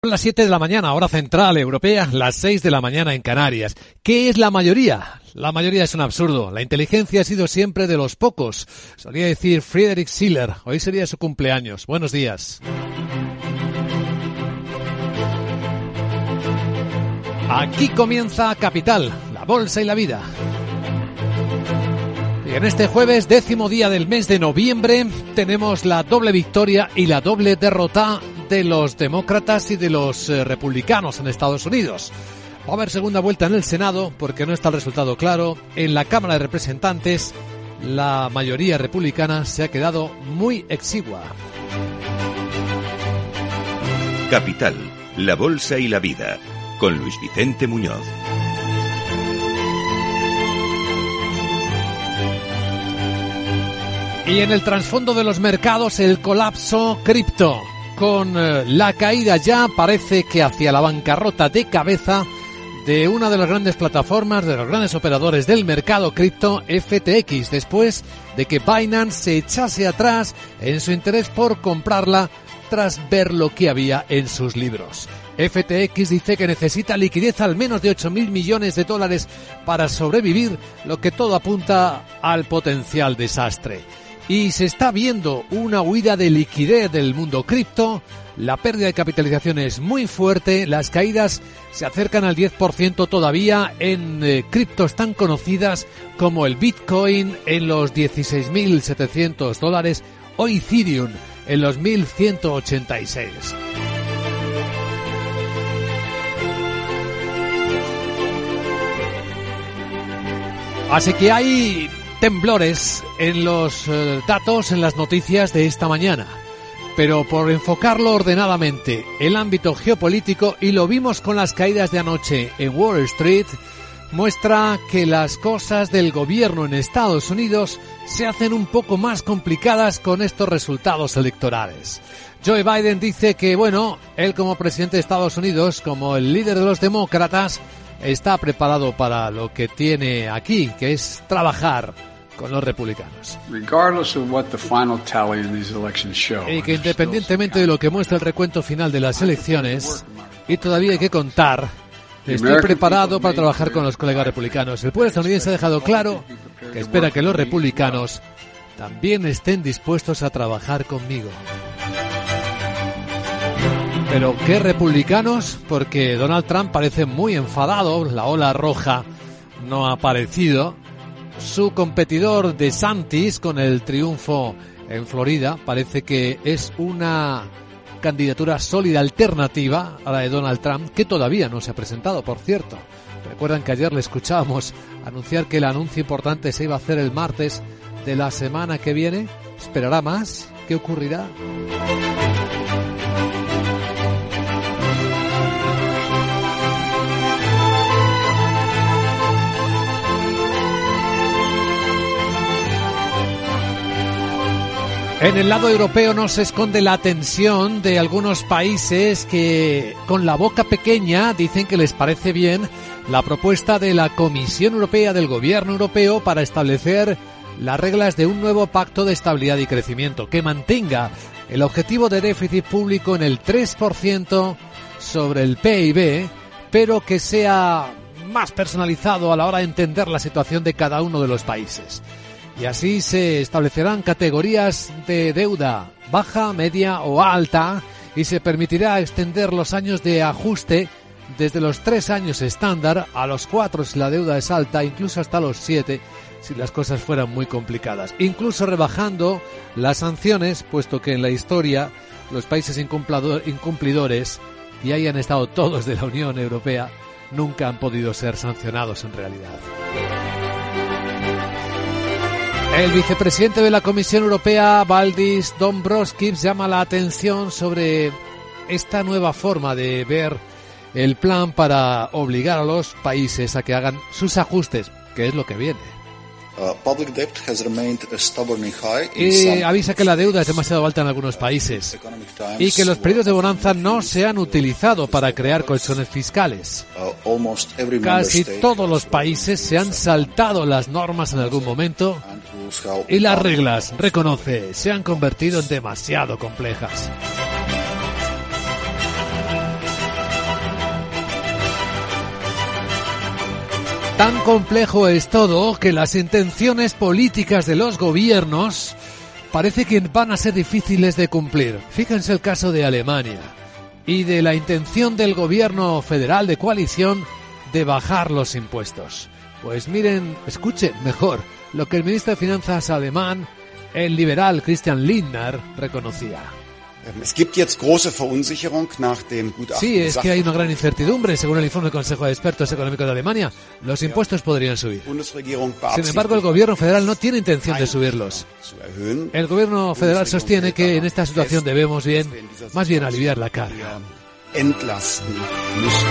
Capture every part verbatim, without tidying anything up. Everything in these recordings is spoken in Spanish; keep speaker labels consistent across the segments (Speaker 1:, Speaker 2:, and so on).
Speaker 1: Son las siete de la mañana, hora central europea, las seis de la mañana en Canarias. ¿Qué es la mayoría? La mayoría es un absurdo. La inteligencia ha sido siempre de los pocos. Solía decir Friedrich Schiller. Hoy sería su cumpleaños. Buenos días. Aquí comienza Capital, la bolsa y la vida. Y en este jueves, décimo día del mes de noviembre, tenemos la doble victoria y la doble derrota de los demócratas y de los eh, republicanos en Estados Unidos. Va a haber segunda vuelta en el Senado porque no está el resultado claro. En la Cámara de Representantes, la mayoría republicana se ha quedado muy exigua.
Speaker 2: Capital, la bolsa y la vida, con Luis Vicente Muñoz.
Speaker 1: Y en el trasfondo de los mercados, el colapso cripto. Con eh, la caída ya parece que hacia la bancarrota de cabeza de una de las grandes plataformas, de los grandes operadores del mercado cripto, F T X, después de que Binance se echase atrás en su interés por comprarla tras ver lo que había en sus libros. F T X dice que necesita liquidez al menos de ocho mil millones de dólares para sobrevivir, lo que todo apunta al potencial desastre. Y se está viendo una huida de liquidez del mundo cripto, la pérdida de capitalización es muy fuerte, las caídas se acercan al diez por ciento todavía en eh, criptos tan conocidas como el Bitcoin en los dieciséis mil setecientos dólares o Ethereum en los mil ciento ochenta y seis. Así que hay temblores en los eh, datos, en las noticias de esta mañana. Pero por enfocarlo ordenadamente, el ámbito geopolítico, y lo vimos con las caídas de anoche en Wall Street, muestra que las cosas del gobierno en Estados Unidos se hacen un poco más complicadas con estos resultados electorales. Joe Biden dice que, bueno, él como presidente de Estados Unidos, como el líder de los demócratas, está preparado para lo que tiene aquí, que es trabajar con los republicanos. Y que independientemente de lo que muestra el recuento final de las elecciones, y todavía hay que contar, estoy preparado para trabajar con los colegas republicanos. El pueblo estadounidense ha dejado claro que espera que los republicanos también estén dispuestos a trabajar conmigo. Pero ¿qué republicanos? Porque Donald Trump parece muy enfadado, la ola roja no ha aparecido. Su competidor DeSantis, con el triunfo en Florida, parece que es una candidatura sólida alternativa a la de Donald Trump, que todavía no se ha presentado, por cierto. Recuerdan que ayer le escuchábamos anunciar que el anuncio importante se iba a hacer el martes de la semana que viene. ¿Esperará más? ¿Qué ocurrirá? En el lado europeo no se esconde la tensión de algunos países que, con la boca pequeña, dicen que les parece bien la propuesta de la Comisión Europea, del Gobierno Europeo, para establecer las reglas de un nuevo pacto de estabilidad y crecimiento que mantenga el objetivo de déficit público en el tres por ciento sobre el P I B, pero que sea más personalizado a la hora de entender la situación de cada uno de los países. Y así se establecerán categorías de deuda baja, media o alta, y se permitirá extender los años de ajuste desde los tres años estándar a los cuatro si la deuda es alta, incluso hasta los siete si las cosas fueran muy complicadas. Incluso rebajando las sanciones, puesto que en la historia los países incumplidores, y ahí han estado todos de la Unión Europea, nunca han podido ser sancionados en realidad. El vicepresidente de la Comisión Europea, Valdis Dombrovskis, llama la atención sobre esta nueva forma de ver el plan para obligar a los países a que hagan sus ajustes, que es lo que viene. Y avisa que la deuda es demasiado alta en algunos países y que los periodos de bonanza no se han utilizado para crear colchones fiscales. Casi todos los países se han saltado las normas en algún momento y las reglas, reconoce, se han convertido en demasiado complejas. Tan complejo es todo que las intenciones políticas de los gobiernos parece que van a ser difíciles de cumplir. Fíjense el caso de Alemania y de la intención del gobierno federal de coalición de bajar los impuestos. Pues miren, escuchen mejor lo que el ministro de Finanzas alemán, el liberal Christian Lindner, reconocía.
Speaker 3: Es gibt jetzt große Verunsicherung nach dem Gutachten.
Speaker 1: Sí, es que hay una gran incertidumbre. Según el informe del Consejo de Expertos Económicos de Alemania, los impuestos podrían subir. Sin embargo, el gobierno federal no tiene intención de subirlos. El gobierno federal sostiene que en esta situación debemos bien, más bien aliviar la carga.
Speaker 3: Entlasten müssen.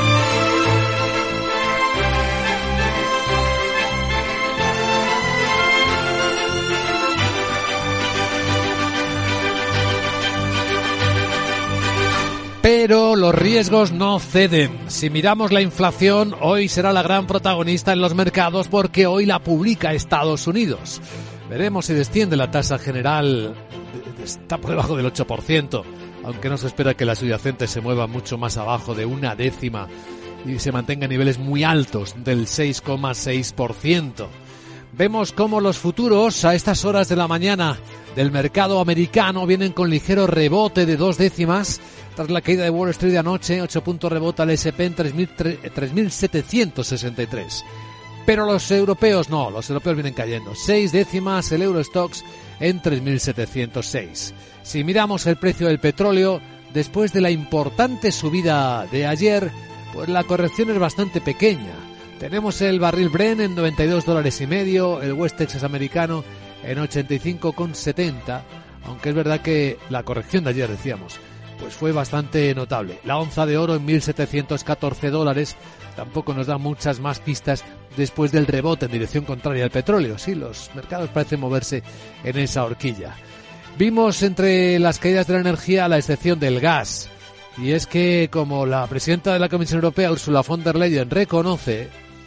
Speaker 1: Pero los riesgos no ceden. Si miramos la inflación, hoy será la gran protagonista en los mercados porque hoy la publica Estados Unidos. Veremos si desciende la tasa general, está por debajo del ocho por ciento, aunque no se espera que la subyacente se mueva mucho más abajo de una décima y se mantenga a niveles muy altos del seis coma seis por ciento. Vemos cómo los futuros a estas horas de la mañana del mercado americano vienen con ligero rebote de dos décimas tras la caída de Wall Street de anoche. Ocho puntos rebota el ese and pe en tres mil setecientos sesenta y tres. Pero los europeos no, los europeos vienen cayendo. Seis décimas el Eurostoxx en tres mil setecientos seis. Si miramos el precio del petróleo, después de la importante subida de ayer, pues la corrección es bastante pequeña. Tenemos el barril Brent en noventa y dos dólares y medio, el West Texas americano en ochenta y cinco con setenta, aunque es verdad que la corrección de ayer, decíamos, pues fue bastante notable. La onza de oro en mil setecientos catorce dólares tampoco nos da muchas más pistas después del rebote en dirección contraria al petróleo. Sí, los mercados parecen moverse en esa horquilla. Vimos entre las caídas de la energía la excepción del gas, y es que, como la presidenta de la Comisión Europea, Ursula von der Leyen, reconoce,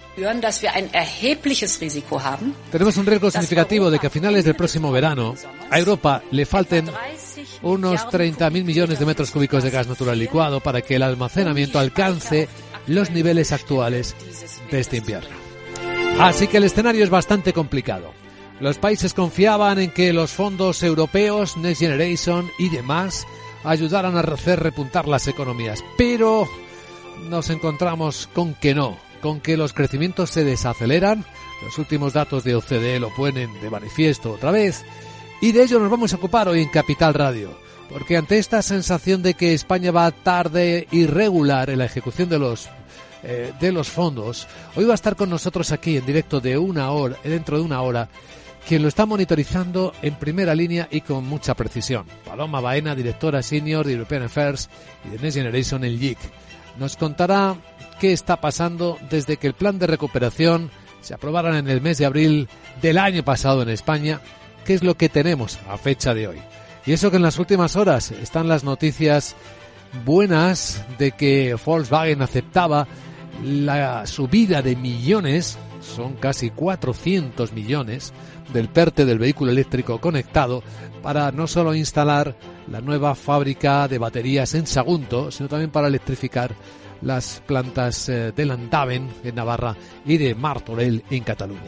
Speaker 1: tenemos un riesgo significativo de que a finales del próximo verano a Europa le falten unos treinta mil millones de metros cúbicos de gas natural licuado para que el almacenamiento alcance los niveles actuales de este invierno. Así que el escenario es bastante complicado. Los países confiaban en que los fondos europeos, Next Generation y demás ayudaran a hacer repuntar las economías, pero nos encontramos con que no, con que los crecimientos se desaceleran. Los últimos datos de O C D E lo ponen de manifiesto otra vez, y de ello nos vamos a ocupar hoy en Capital Radio, porque ante esta sensación de que España va tarde y regular en la ejecución de los eh, de los fondos, hoy va a estar con nosotros aquí en directo de una hora, dentro de una hora, quien lo está monitorizando en primera línea y con mucha precisión. Paloma Baena, directora senior de European Affairs y de Next Generation, el G I C. Nos contará qué está pasando desde que el plan de recuperación se aprobara en el mes de abril del año pasado en España, qué es lo que tenemos a fecha de hoy. Y eso que en las últimas horas están las noticias buenas de que Volkswagen aceptaba la subida de millones, son casi cuatrocientos millones, del PERTE del vehículo eléctrico conectado para no solo instalar la nueva fábrica de baterías en Sagunto, sino también para electrificar las plantas de Landaven en Navarra y de Martorell en Cataluña.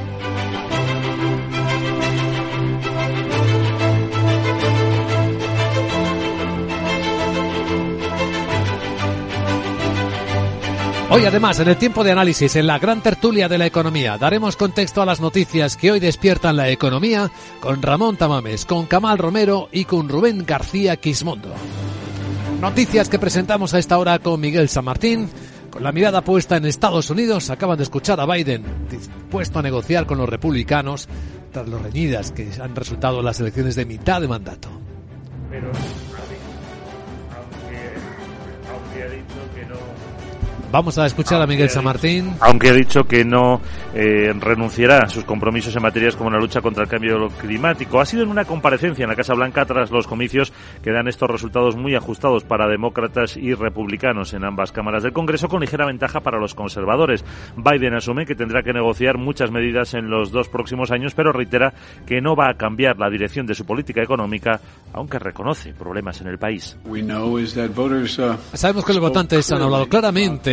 Speaker 1: Hoy, además, en el tiempo de análisis, en la gran tertulia de la economía, daremos contexto a las noticias que hoy despiertan la economía con Ramón Tamames, con Camal Romero y con Rubén García Quismondo. Noticias que presentamos a esta hora con Miguel San Martín. Con la mirada puesta en Estados Unidos, acaban de escuchar a Biden dispuesto a negociar con los republicanos tras los reñidas que han resultado las elecciones de mitad de mandato.
Speaker 4: Pero, aunque, aunque ha dicho que no...
Speaker 1: Vamos a escuchar
Speaker 4: aunque
Speaker 1: a Miguel San Martín.
Speaker 4: Aunque ha dicho que no eh, renunciará a sus compromisos en materias como la lucha contra el cambio climático. Ha sido en una comparecencia en la Casa Blanca tras los comicios que dan estos resultados muy ajustados para demócratas y republicanos en ambas cámaras del Congreso, con ligera ventaja para los conservadores. Biden asume que tendrá que negociar muchas medidas en los dos próximos años, pero reitera que no va a cambiar la dirección de su política económica, aunque reconoce problemas en el país.
Speaker 1: Sabemos que los votantes han hablado claramente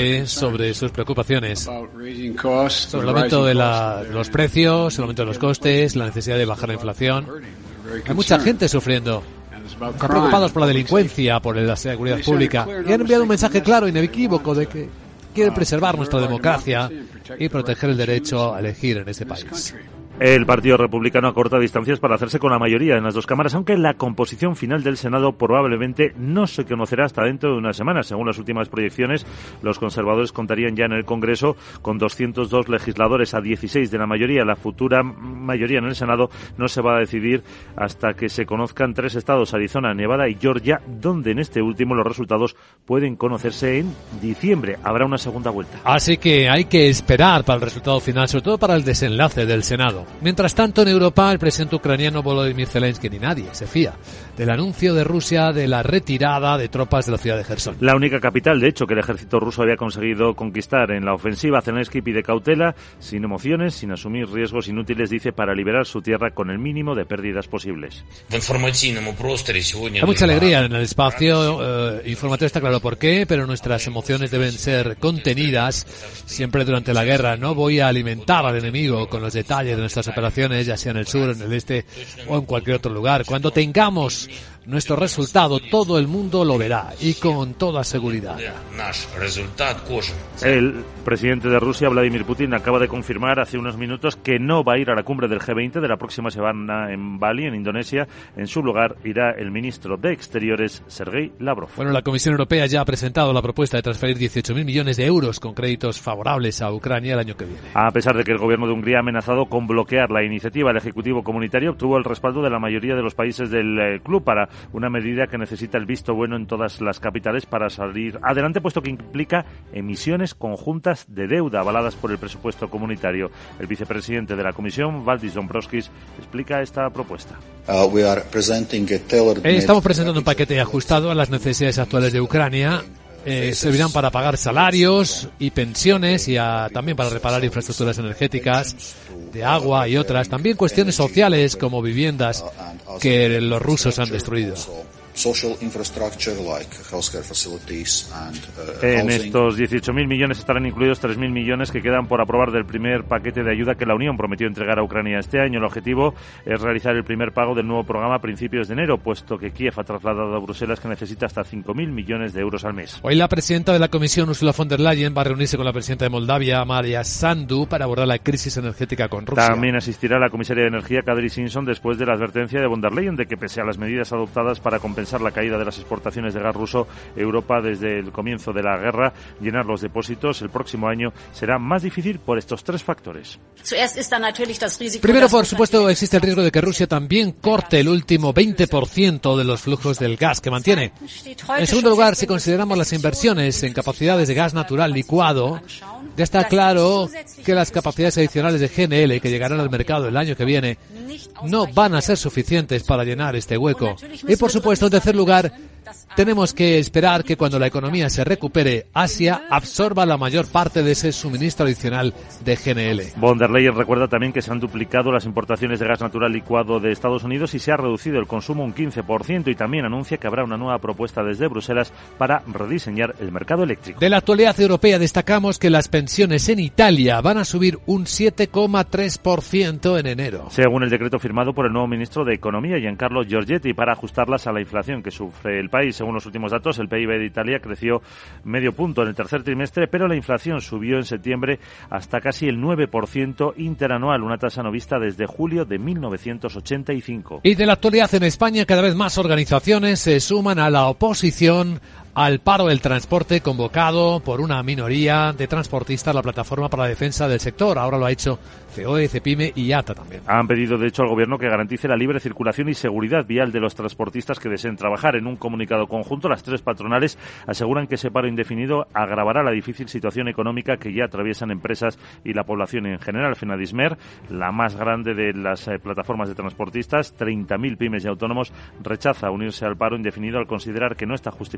Speaker 1: claramente sobre sus preocupaciones, sobre el aumento de, la, de los precios, el aumento de los costes, la necesidad de bajar la inflación. Hay mucha gente sufriendo. Están preocupados por la delincuencia, por la seguridad pública, y han enviado un mensaje claro e inequívoco de que quieren preservar nuestra democracia y proteger el derecho a elegir en este país.
Speaker 4: El Partido Republicano acorta distancias para hacerse con la mayoría en las dos cámaras, aunque la composición final del Senado probablemente no se conocerá hasta dentro de una semana. Según las últimas proyecciones, los conservadores contarían ya en el Congreso con doscientos dos legisladores a dieciséis de la mayoría. La futura mayoría en el Senado no se va a decidir hasta que se conozcan tres estados, Arizona, Nevada y Georgia, donde en este último los resultados pueden conocerse en diciembre. Habrá una segunda vuelta.
Speaker 1: Así que hay que esperar para el resultado final, sobre todo para el desenlace del Senado. Mientras tanto, en Europa, el presidente ucraniano Volodymyr Zelensky, ni nadie se fía del anuncio de Rusia de la retirada de tropas de la ciudad de Jersón.
Speaker 4: La única capital, de hecho, que el ejército ruso había conseguido conquistar en la ofensiva. Zelensky pide cautela, sin emociones, sin asumir riesgos inútiles, dice, para liberar su tierra con el mínimo de pérdidas posibles.
Speaker 1: Hay mucha alegría en el espacio eh, informativo, está claro por qué, pero nuestras emociones deben ser contenidas siempre durante la guerra. No voy a alimentar al enemigo con los detalles de nuestras operaciones, ya sea en el sur, en el este o en cualquier otro lugar. Cuando tengamos nuestro resultado, todo el mundo lo verá, y con toda seguridad.
Speaker 4: El presidente de Rusia, Vladimir Putin, acaba de confirmar hace unos minutos que no va a ir a la cumbre del G veinte de la próxima semana en Bali, en Indonesia. En su lugar irá el ministro de Exteriores, Sergei Lavrov.
Speaker 1: Bueno, la Comisión Europea ya ha presentado la propuesta de transferir dieciocho mil millones de euros con créditos favorables a Ucrania el año que viene.
Speaker 4: A pesar de que el gobierno de Hungría ha amenazado con bloquear la iniciativa, el Ejecutivo Comunitario obtuvo el respaldo de la mayoría de los países del eh, club para una medida que necesita el visto bueno en todas las capitales para salir adelante, puesto que implica emisiones conjuntas de deuda avaladas por el presupuesto comunitario. El vicepresidente de la Comisión, Valdis Dombrovskis, explica esta propuesta.
Speaker 5: Uh, we are presenting a tailored
Speaker 1: Estamos presentando un paquete ajustado a las necesidades actuales de Ucrania. Eh, servirán para pagar salarios y pensiones y a, también para reparar infraestructuras energéticas, de agua y otras. También cuestiones sociales como viviendas que los rusos han destruido.
Speaker 4: En estos dieciocho mil millones estarán incluidos tres mil millones que quedan por aprobar del primer paquete de ayuda que la Unión prometió entregar a Ucrania este año. El objetivo es realizar el primer pago del nuevo programa a principios de enero, puesto que Kiev ha trasladado a Bruselas que necesita hasta cinco mil millones de euros al mes.
Speaker 1: Hoy la presidenta de la Comisión, Ursula von der Leyen, va a reunirse con la presidenta de Moldavia, Maria Sandu, para abordar la crisis energética con Rusia.
Speaker 4: También asistirá la comisaria de Energía, Kadri Simpson, después de la advertencia de von der Leyen de que, pese a las medidas adoptadas para compensar la caída de las exportaciones de gas ruso, Europa, desde el comienzo de la guerra, llenar los depósitos el próximo año será más difícil por estos tres factores.
Speaker 1: Primero, por supuesto, existe el riesgo de que Rusia también corte el último veinte por ciento de los flujos del gas que mantiene. En segundo lugar, si consideramos las inversiones en capacidades de gas natural licuado, ya está claro que las capacidades adicionales de G N L que llegarán al mercado el año que viene no van a ser suficientes para llenar este hueco. Y por supuesto, en tercer lugar, tenemos que esperar que cuando la economía se recupere, Asia absorba la mayor parte de ese suministro adicional de G N L.
Speaker 4: Von der Leyen recuerda también que se han duplicado las importaciones de gas natural licuado de Estados Unidos y se ha reducido el consumo un quince por ciento, y también anuncia que habrá una nueva propuesta desde Bruselas para rediseñar el mercado eléctrico.
Speaker 1: De la actualidad europea destacamos que las pensiones en Italia van a subir un siete coma tres por ciento en enero.
Speaker 4: Según el decreto firmado por el nuevo ministro de Economía, Giancarlo Giorgetti, para ajustarlas a la inflación que sufre el país. Según los últimos datos, el P I B de Italia creció medio punto en el tercer trimestre, pero la inflación subió en septiembre hasta casi el nueve por ciento interanual, una tasa no vista desde julio de mil novecientos ochenta y cinco.
Speaker 1: Y de la actualidad en España, cada vez más organizaciones se suman a la oposición al paro del transporte convocado por una minoría de transportistas, la Plataforma para la Defensa del Sector. Ahora lo ha hecho C E O E, CEPIME y I A T A también.
Speaker 4: Han pedido, de hecho, al Gobierno que garantice la libre circulación y seguridad vial de los transportistas que deseen trabajar. En un comunicado conjunto, las tres patronales aseguran que ese paro indefinido agravará la difícil situación económica que ya atraviesan empresas y la población en general. FENADISMER, la más grande de las eh, plataformas de transportistas, treinta mil pymes y autónomos, rechaza unirse al paro indefinido al considerar que no está justificado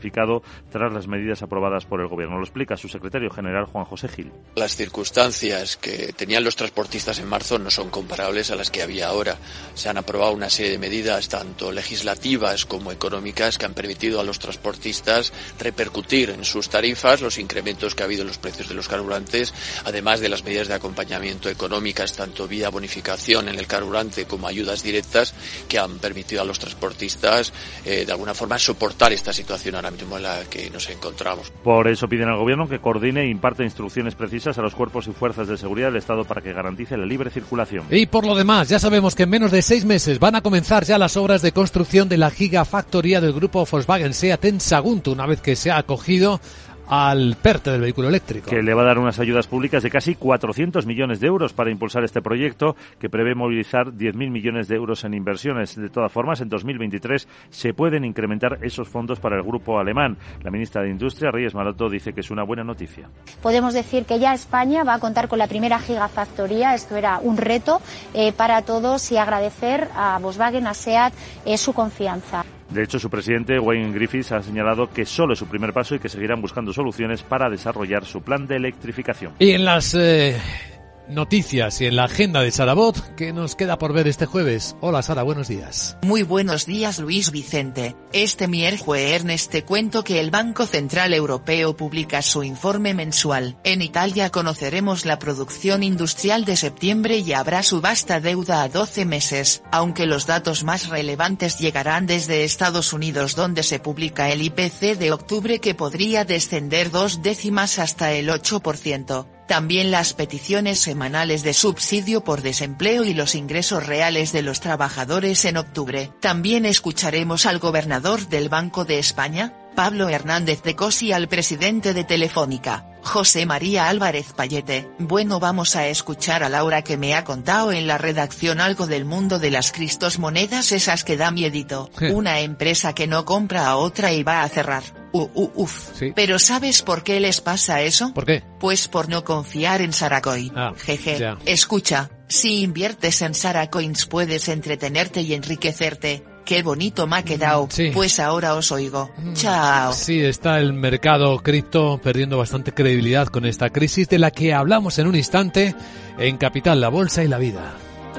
Speaker 4: tras las medidas aprobadas por el Gobierno. Lo explica su secretario general, Juan José Gil.
Speaker 6: Las circunstancias que tenían los transportistas en marzo no son comparables a las que había ahora. Se han aprobado una serie de medidas, tanto legislativas como económicas, que han permitido a los transportistas repercutir en sus tarifas los incrementos que ha habido en los precios de los carburantes, además de las medidas de acompañamiento económicas, tanto vía bonificación en el carburante como ayudas directas, que han permitido a los transportistas eh, de alguna forma soportar esta situación ahora mismo en la que nos encontramos.
Speaker 4: Por eso piden al Gobierno que coordine e imparte instrucciones precisas a los cuerpos y fuerzas de seguridad del Estado para que garantice la libre circulación.
Speaker 1: Y por lo demás, ya sabemos que en menos de seis meses van a comenzar ya las obras de construcción de la gigafactoría del grupo Volkswagen Seat en Sagunto, una vez que se ha acogido al PERTE del vehículo eléctrico.
Speaker 4: Que le va a dar unas ayudas públicas de casi cuatrocientos millones de euros para impulsar este proyecto, que prevé movilizar diez mil millones de euros en inversiones. De todas formas, en dos mil veintitrés se pueden incrementar esos fondos para el grupo alemán. La ministra de Industria, Reyes Maroto, dice que es una buena noticia.
Speaker 7: Podemos decir que ya España va a contar con la primera gigafactoría. Esto era un reto eh, para todos, y agradecer a Volkswagen, a Seat, eh, su confianza.
Speaker 4: De hecho, su presidente, Wayne Griffiths, ha señalado que solo es su primer paso y que seguirán buscando soluciones para desarrollar su plan de electrificación.
Speaker 1: Y en las eh, noticias y en la agenda de Sara Bot, ¿qué nos queda por ver este jueves? Hola Sara, buenos días.
Speaker 8: Muy buenos días, Luis Vicente. Este miércoles te cuento que el Banco Central Europeo publica su informe mensual. En Italia conoceremos la producción industrial de septiembre y habrá subasta deuda a doce meses, aunque los datos más relevantes llegarán desde Estados Unidos, donde se publica el I P C de octubre, que podría descender dos décimas hasta el ocho por ciento. También las peticiones semanales de subsidio por desempleo y los ingresos reales de los trabajadores en octubre. También escucharemos al gobernador del Banco de España, Pablo Hernández de Cos, y al presidente de Telefónica, José María Álvarez Payete. Bueno, vamos a escuchar a Laura, que me ha contado en la redacción algo del mundo de las criptomonedas, esas que da miedito.
Speaker 1: Sí.
Speaker 8: Una empresa que no compra a otra y va a cerrar. Uh, uh, uf.
Speaker 1: Sí.
Speaker 8: Pero ¿sabes por qué les pasa eso?
Speaker 1: ¿Por qué?
Speaker 8: Pues por no confiar en Saracoin.
Speaker 1: Ah,
Speaker 8: Jeje.
Speaker 1: ya.
Speaker 8: Escucha, si inviertes en Saracoins puedes entretenerte y enriquecerte. Qué bonito me ha quedado.
Speaker 1: Sí.
Speaker 8: Pues ahora os oigo. Chao.
Speaker 1: Sí, está el mercado cripto perdiendo bastante credibilidad con esta crisis, de la que hablamos en un instante en Capital, la Bolsa y la Vida.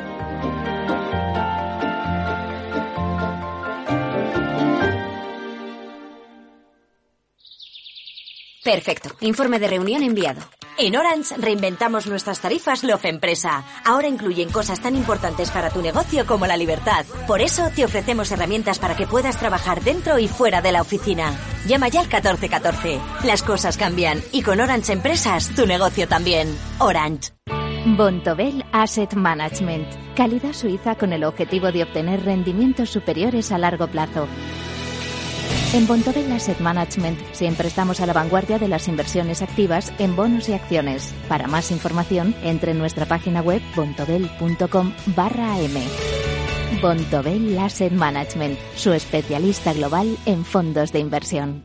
Speaker 9: Perfecto. Informe de reunión enviado. En Orange reinventamos nuestras tarifas Love Empresa. Ahora incluyen cosas tan importantes para tu negocio como la libertad. Por eso te ofrecemos herramientas para que puedas trabajar dentro y fuera de la oficina. Llama ya al catorce catorce. Las cosas cambian y con Orange Empresas tu negocio también. Orange.
Speaker 10: Bontobel Asset Management. Calidad suiza con el objetivo de obtener rendimientos superiores a largo plazo. En Bontobel Asset Management siempre estamos a la vanguardia de las inversiones activas en bonos y acciones. Para más información, entre en nuestra página web bontobel punto com barra m. Bontobel Asset Management, su especialista global en fondos de inversión.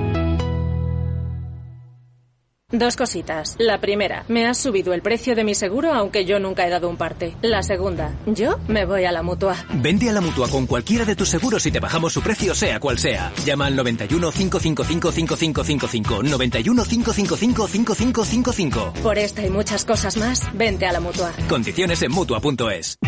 Speaker 11: Dos cositas. La primera, me has subido el precio de mi seguro aunque yo nunca he dado un parte. La segunda, yo me voy a la Mutua.
Speaker 12: Vente a la Mutua con cualquiera de tus seguros y te bajamos su precio sea cual sea. Llama al noventa y uno, cinco cinco cinco, cinco cinco cinco cinco, noventa y uno, cinco cinco cinco, cinco cinco cinco cinco.
Speaker 11: Por esta y muchas cosas más, vente a la Mutua.
Speaker 12: Condiciones en Mutua punto es.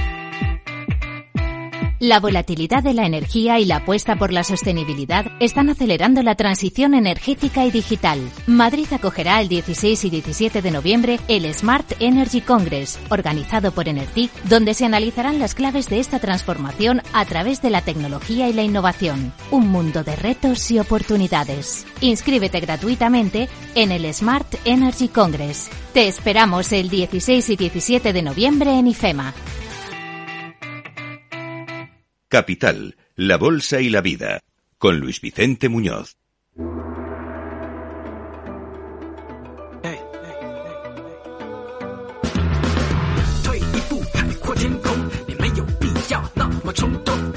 Speaker 10: La volatilidad de la energía y la apuesta por la sostenibilidad están acelerando la transición energética y digital. Madrid acogerá el dieciséis y diecisiete de noviembre el Smart Energy Congress, organizado por Enertic, donde se analizarán las claves de esta transformación a través de la tecnología y la innovación. Un mundo de retos y oportunidades. Inscríbete gratuitamente en el Smart Energy Congress. Te esperamos el dieciséis y diecisiete de noviembre en IFEMA.
Speaker 2: Capital, la Bolsa y la Vida, con Luis Vicente Muñoz.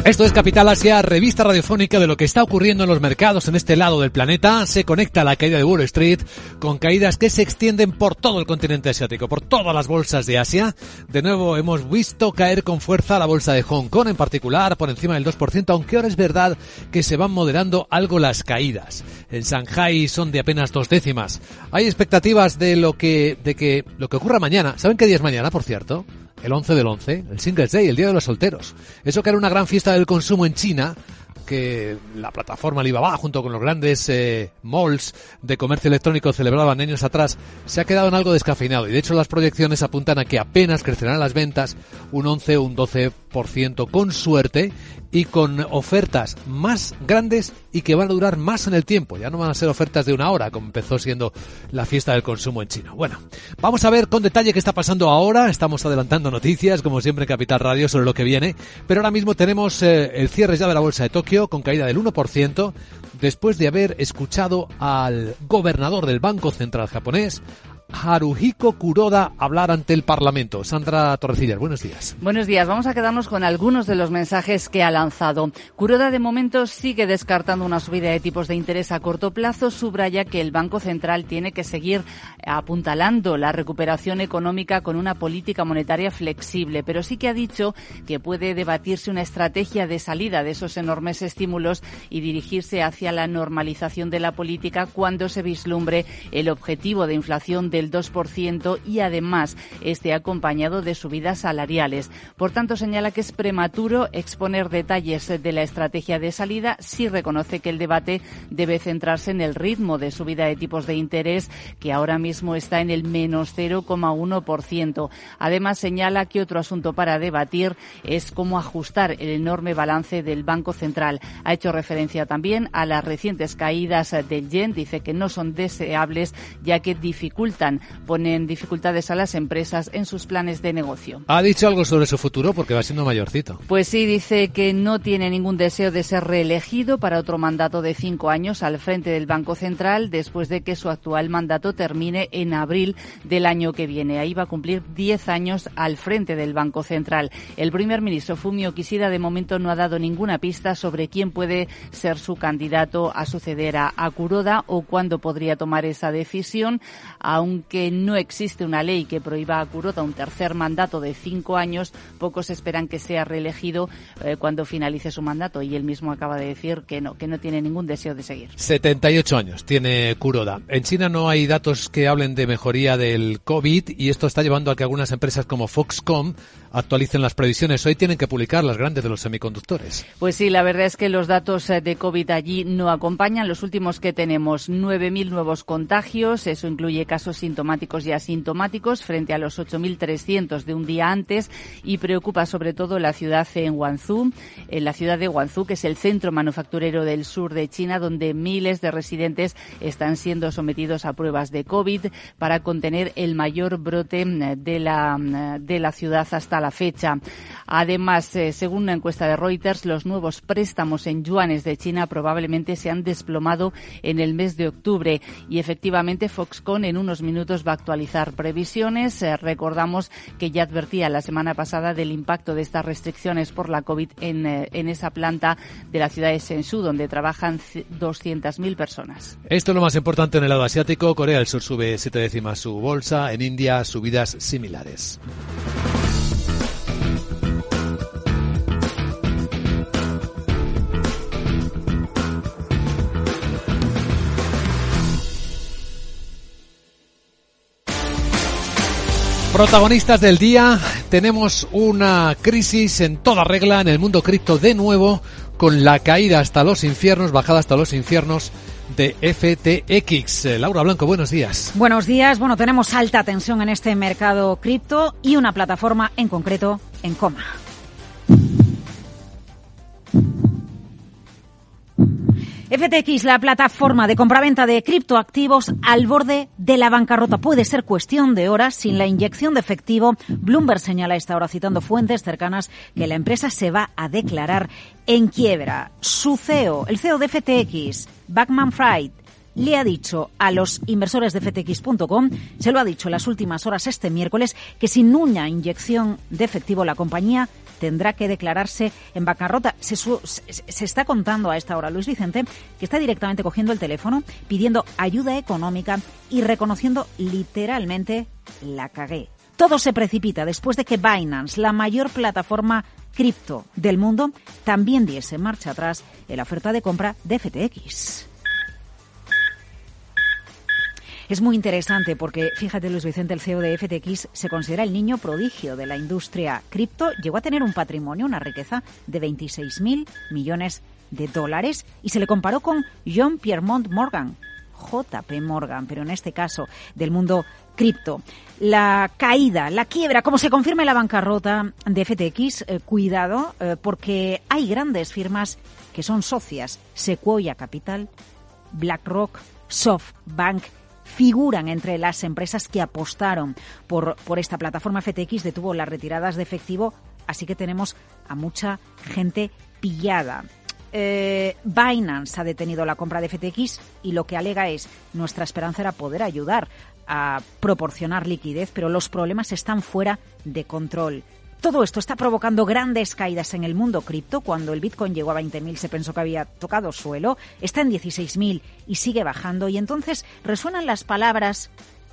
Speaker 1: Esto es Capital Asia, revista radiofónica de lo que está ocurriendo en los mercados en este lado del planeta. Se conecta la caída de Wall Street con caídas que se extienden por todo el continente asiático, por todas las bolsas de Asia. De nuevo hemos visto caer con fuerza la bolsa de Hong Kong, en particular por encima del dos por ciento, aunque ahora es verdad que se van moderando algo las caídas. En Shanghai son de apenas dos décimas. Hay expectativas de lo que, de que lo que ocurra mañana. ¿Saben qué día es mañana, por cierto? El once del once, el Singles Day, el Día de los Solteros. Eso que era una gran fiesta del consumo en China, que la plataforma Alibaba, junto con los grandes eh, malls de comercio electrónico, celebraban años atrás, se ha quedado en algo descafeinado. Y de hecho las proyecciones apuntan a que apenas crecerán las ventas un once o un doce por ciento con suerte, y con ofertas más grandes y que van a durar más en el tiempo. Ya no van a ser ofertas de una hora, como empezó siendo la fiesta del consumo en China. Bueno, vamos a ver con detalle qué está pasando ahora. Estamos adelantando noticias, como siempre en Capital Radio, sobre lo que viene. Pero ahora mismo tenemos eh, el cierre ya de la bolsa de Tokio, con caída del uno por ciento, después de haber escuchado al gobernador del Banco Central japonés, Haruhiko Kuroda, hablar ante el Parlamento. Sandra Torrecillas, buenos días.
Speaker 13: Buenos días. Vamos a quedarnos con algunos de los mensajes que ha lanzado. Kuroda, de momento, sigue descartando una subida de tipos de interés a corto plazo. Subraya que el Banco Central tiene que seguir apuntalando la recuperación económica con una política monetaria flexible, pero sí que ha dicho que puede debatirse una estrategia de salida de esos enormes estímulos y dirigirse hacia la normalización de la política cuando se vislumbre el objetivo de inflación del dos por ciento y además esté acompañado de subidas salariales. Por tanto, señala que es prematuro exponer detalles de la estrategia de salida. Sí reconoce que el debate debe centrarse en el ritmo de subida de tipos de interés, que ahora mismo está en el menos cero coma uno por ciento. Además, señala que otro asunto para debatir es cómo ajustar el enorme balance del Banco Central. Ha hecho referencia también a las recientes caídas del yen. Dice que no son deseables, ya que dificultan ponen dificultades a las empresas en sus planes de negocio.
Speaker 1: ¿Ha dicho algo sobre su futuro? Porque va siendo mayorcito.
Speaker 13: Pues sí, dice que no tiene ningún deseo de ser reelegido para otro mandato de cinco años al frente del Banco Central, después de que su actual mandato termine en abril del año que viene. Ahí va a cumplir diez años al frente del Banco Central. El primer ministro Fumio Kishida de momento no ha dado ninguna pista sobre quién puede ser su candidato a suceder a, a Kuroda o cuándo podría tomar esa decisión. Aunque no existe una ley que prohíba a Kuroda un tercer mandato de cinco años, pocos esperan que sea reelegido eh, cuando finalice su mandato, y él mismo acaba de decir que no, que no tiene ningún deseo de seguir.
Speaker 1: setenta y ocho años tiene Kuroda. En China no hay datos que hablen de mejoría del COVID, y esto está llevando a que algunas empresas como Foxconn actualicen las previsiones. Hoy tienen que publicar las grandes de los semiconductores.
Speaker 13: Pues sí, la verdad es que los datos de COVID allí no acompañan. Los últimos que tenemos, nueve mil nuevos contagios, eso incluye casos sintomáticos y asintomáticos, frente a los ocho mil trescientos de un día antes, y preocupa sobre todo la ciudad en Guangzhou, en la ciudad de Guangzhou, que es el centro manufacturero del sur de China, donde miles de residentes están siendo sometidos a pruebas de COVID para contener el mayor brote de la, de la ciudad hasta la fecha. Además, eh, según una encuesta de Reuters, los nuevos préstamos en yuanes de China probablemente se han desplomado en el mes de octubre, y efectivamente Foxconn en unos minutos va a actualizar previsiones. Eh, recordamos que ya advertía la semana pasada del impacto de estas restricciones por la COVID en, eh, en esa planta de la ciudad de Shenzhou, donde trabajan doscientas mil personas.
Speaker 1: Esto es lo más importante en el lado asiático. Corea del Sur sube siete décimas su bolsa. En India, subidas similares. Protagonistas del día, tenemos una crisis en toda regla en el mundo cripto de nuevo, con la caída hasta los infiernos, bajada hasta los infiernos de F T X. Eh, Laura Blanco, buenos días.
Speaker 14: Buenos días. Bueno, tenemos alta tensión en este mercado cripto y una plataforma en concreto en coma. F T X, la plataforma de compraventa de criptoactivos, al borde de la bancarrota. Puede ser cuestión de horas sin la inyección de efectivo. Bloomberg señala a esta hora, citando fuentes cercanas, que la empresa se va a declarar en quiebra. Su C E O, el C E O de F T X, Bankman Fried, le ha dicho a los inversores de F T X punto com, se lo ha dicho en las últimas horas este miércoles, que sin una inyección de efectivo la compañía tendrá que declararse en bancarrota. Se, su, se, se está contando a esta hora, Luis Vicente, que está directamente cogiendo el teléfono, pidiendo ayuda económica y reconociendo literalmente la cagué. Todo se precipita después de que Binance, la mayor plataforma cripto del mundo, también diese marcha atrás en la oferta de compra de F T X. Es muy interesante porque, fíjate, Luis Vicente, el C E O de F T X se considera el niño prodigio de la industria cripto. Llegó a tener un patrimonio, una riqueza de veintiséis mil millones de dólares y se le comparó con John Pierpont Morgan, J P Morgan, pero en este caso del mundo cripto. La caída, la quiebra, como se confirma la bancarrota de F T X, eh, cuidado, eh, porque hay grandes firmas que son socias. Sequoia Capital, BlackRock, SoftBank, figuran entre las empresas que apostaron por, por esta plataforma. F T X detuvo las retiradas de efectivo, así que tenemos a mucha gente pillada. Eh, Binance ha detenido la compra de F T X y lo que alega es: nuestra esperanza era poder ayudar a proporcionar liquidez, pero los problemas están fuera de control. Todo esto está provocando grandes caídas en el mundo cripto. Cuando el Bitcoin llegó a veinte mil se pensó que había tocado suelo, está en dieciséis mil y sigue bajando, y entonces resuenan las palabras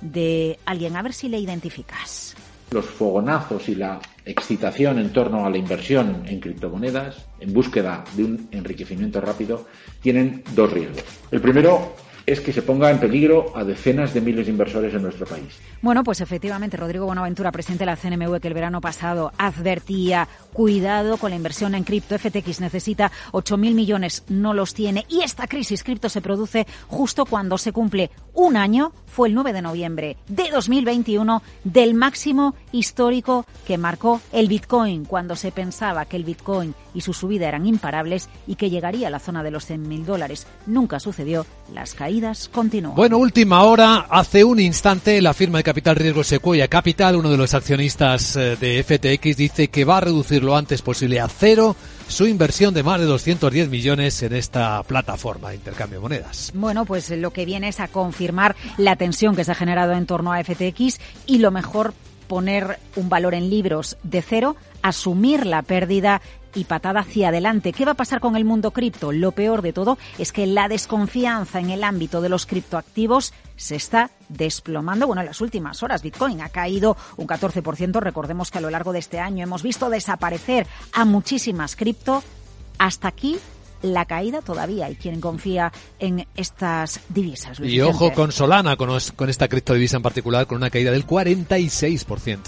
Speaker 14: de alguien, a ver si le identificas.
Speaker 15: Los fogonazos y la excitación en torno a la inversión en criptomonedas, en búsqueda de un enriquecimiento rápido, tienen dos riesgos. El primero es que se ponga en peligro a decenas de miles de inversores en nuestro país.
Speaker 14: Bueno, pues efectivamente, Rodrigo Bonaventura, presidente de la C N M V, que el verano pasado advertía: cuidado con la inversión en cripto. F T X necesita ocho mil millones, no los tiene. Y esta crisis cripto se produce justo cuando se cumple un año, fue el nueve de noviembre de dos mil veintiuno, del máximo histórico que marcó el Bitcoin, cuando se pensaba que el Bitcoin y su subida eran imparables y que llegaría a la zona de los cien mil dólares. Nunca sucedió, las caídas continúan.
Speaker 1: Bueno, última hora, hace un instante la firma de capital riesgo Sequoia Capital, uno de los accionistas de F T X, dice que va a reducir lo antes posible a cero su inversión de más de doscientos diez millones en esta plataforma de intercambio de monedas.
Speaker 14: Bueno, pues lo que viene es a confirmar la tensión que se ha generado en torno a F T X y lo mejor, poner un valor en libros de cero, asumir la pérdida y patada hacia adelante. ¿Qué va a pasar con el mundo cripto? Lo peor de todo es que la desconfianza en el ámbito de los criptoactivos se está desplomando. Bueno, en las últimas horas Bitcoin ha caído un catorce por ciento. Recordemos que a lo largo de este año hemos visto desaparecer a muchísimas cripto. Hasta aquí la caída. Todavía hay quien confía en estas divisas. Luis
Speaker 1: y
Speaker 14: Vicente.
Speaker 1: Ojo con Solana, con, con esta criptodivisa en particular, con una caída del cuarenta y seis por ciento.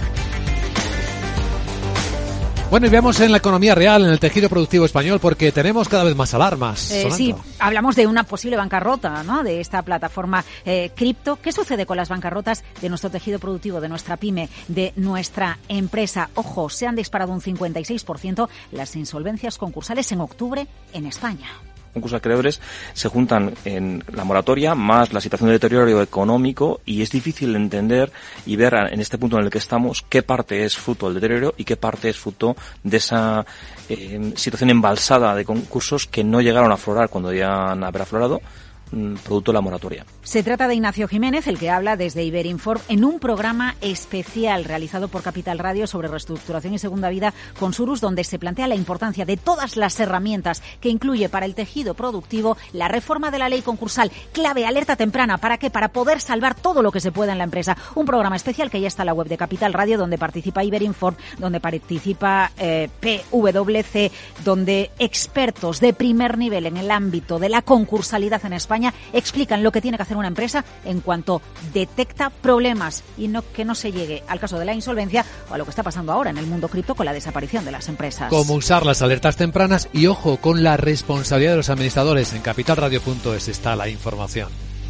Speaker 1: Bueno, y veamos en la economía real, en el tejido productivo español, porque tenemos cada vez más alarmas.
Speaker 14: Eh, sí, hablamos de una posible bancarrota, ¿no?, de esta plataforma eh, cripto. ¿Qué sucede con las bancarrotas de nuestro tejido productivo, de nuestra pyme, de nuestra empresa? Ojo, se han disparado un cincuenta y seis por ciento las insolvencias concursales en octubre en España.
Speaker 16: Concursos de acreedores se juntan en la moratoria más la situación de deterioro económico, y es difícil entender y ver en este punto en el que estamos qué parte es fruto del deterioro y qué parte es fruto de esa eh, situación embalsada de concursos que no llegaron a aflorar cuando debían haber aflorado, producto de la moratoria.
Speaker 14: Se trata de Ignacio Jiménez, el que habla desde Iberinform en un programa especial realizado por Capital Radio sobre reestructuración y segunda vida con Surus, donde se plantea la importancia de todas las herramientas que incluye para el tejido productivo la reforma de la ley concursal. Clave, alerta temprana. ¿Para qué? Para poder salvar todo lo que se pueda en la empresa. Un programa especial que ya está en la web de Capital Radio, donde participa Iberinform, donde participa eh, P W C, donde expertos de primer nivel en el ámbito de la concursalidad en España explican lo que tiene que hacer una empresa en cuanto detecta problemas y no que no se llegue al caso de la insolvencia o a lo que está pasando ahora en el mundo cripto con la desaparición de las empresas.
Speaker 1: Cómo usar las alertas tempranas y ojo con la responsabilidad de los administradores. En capital radio punto es está la información.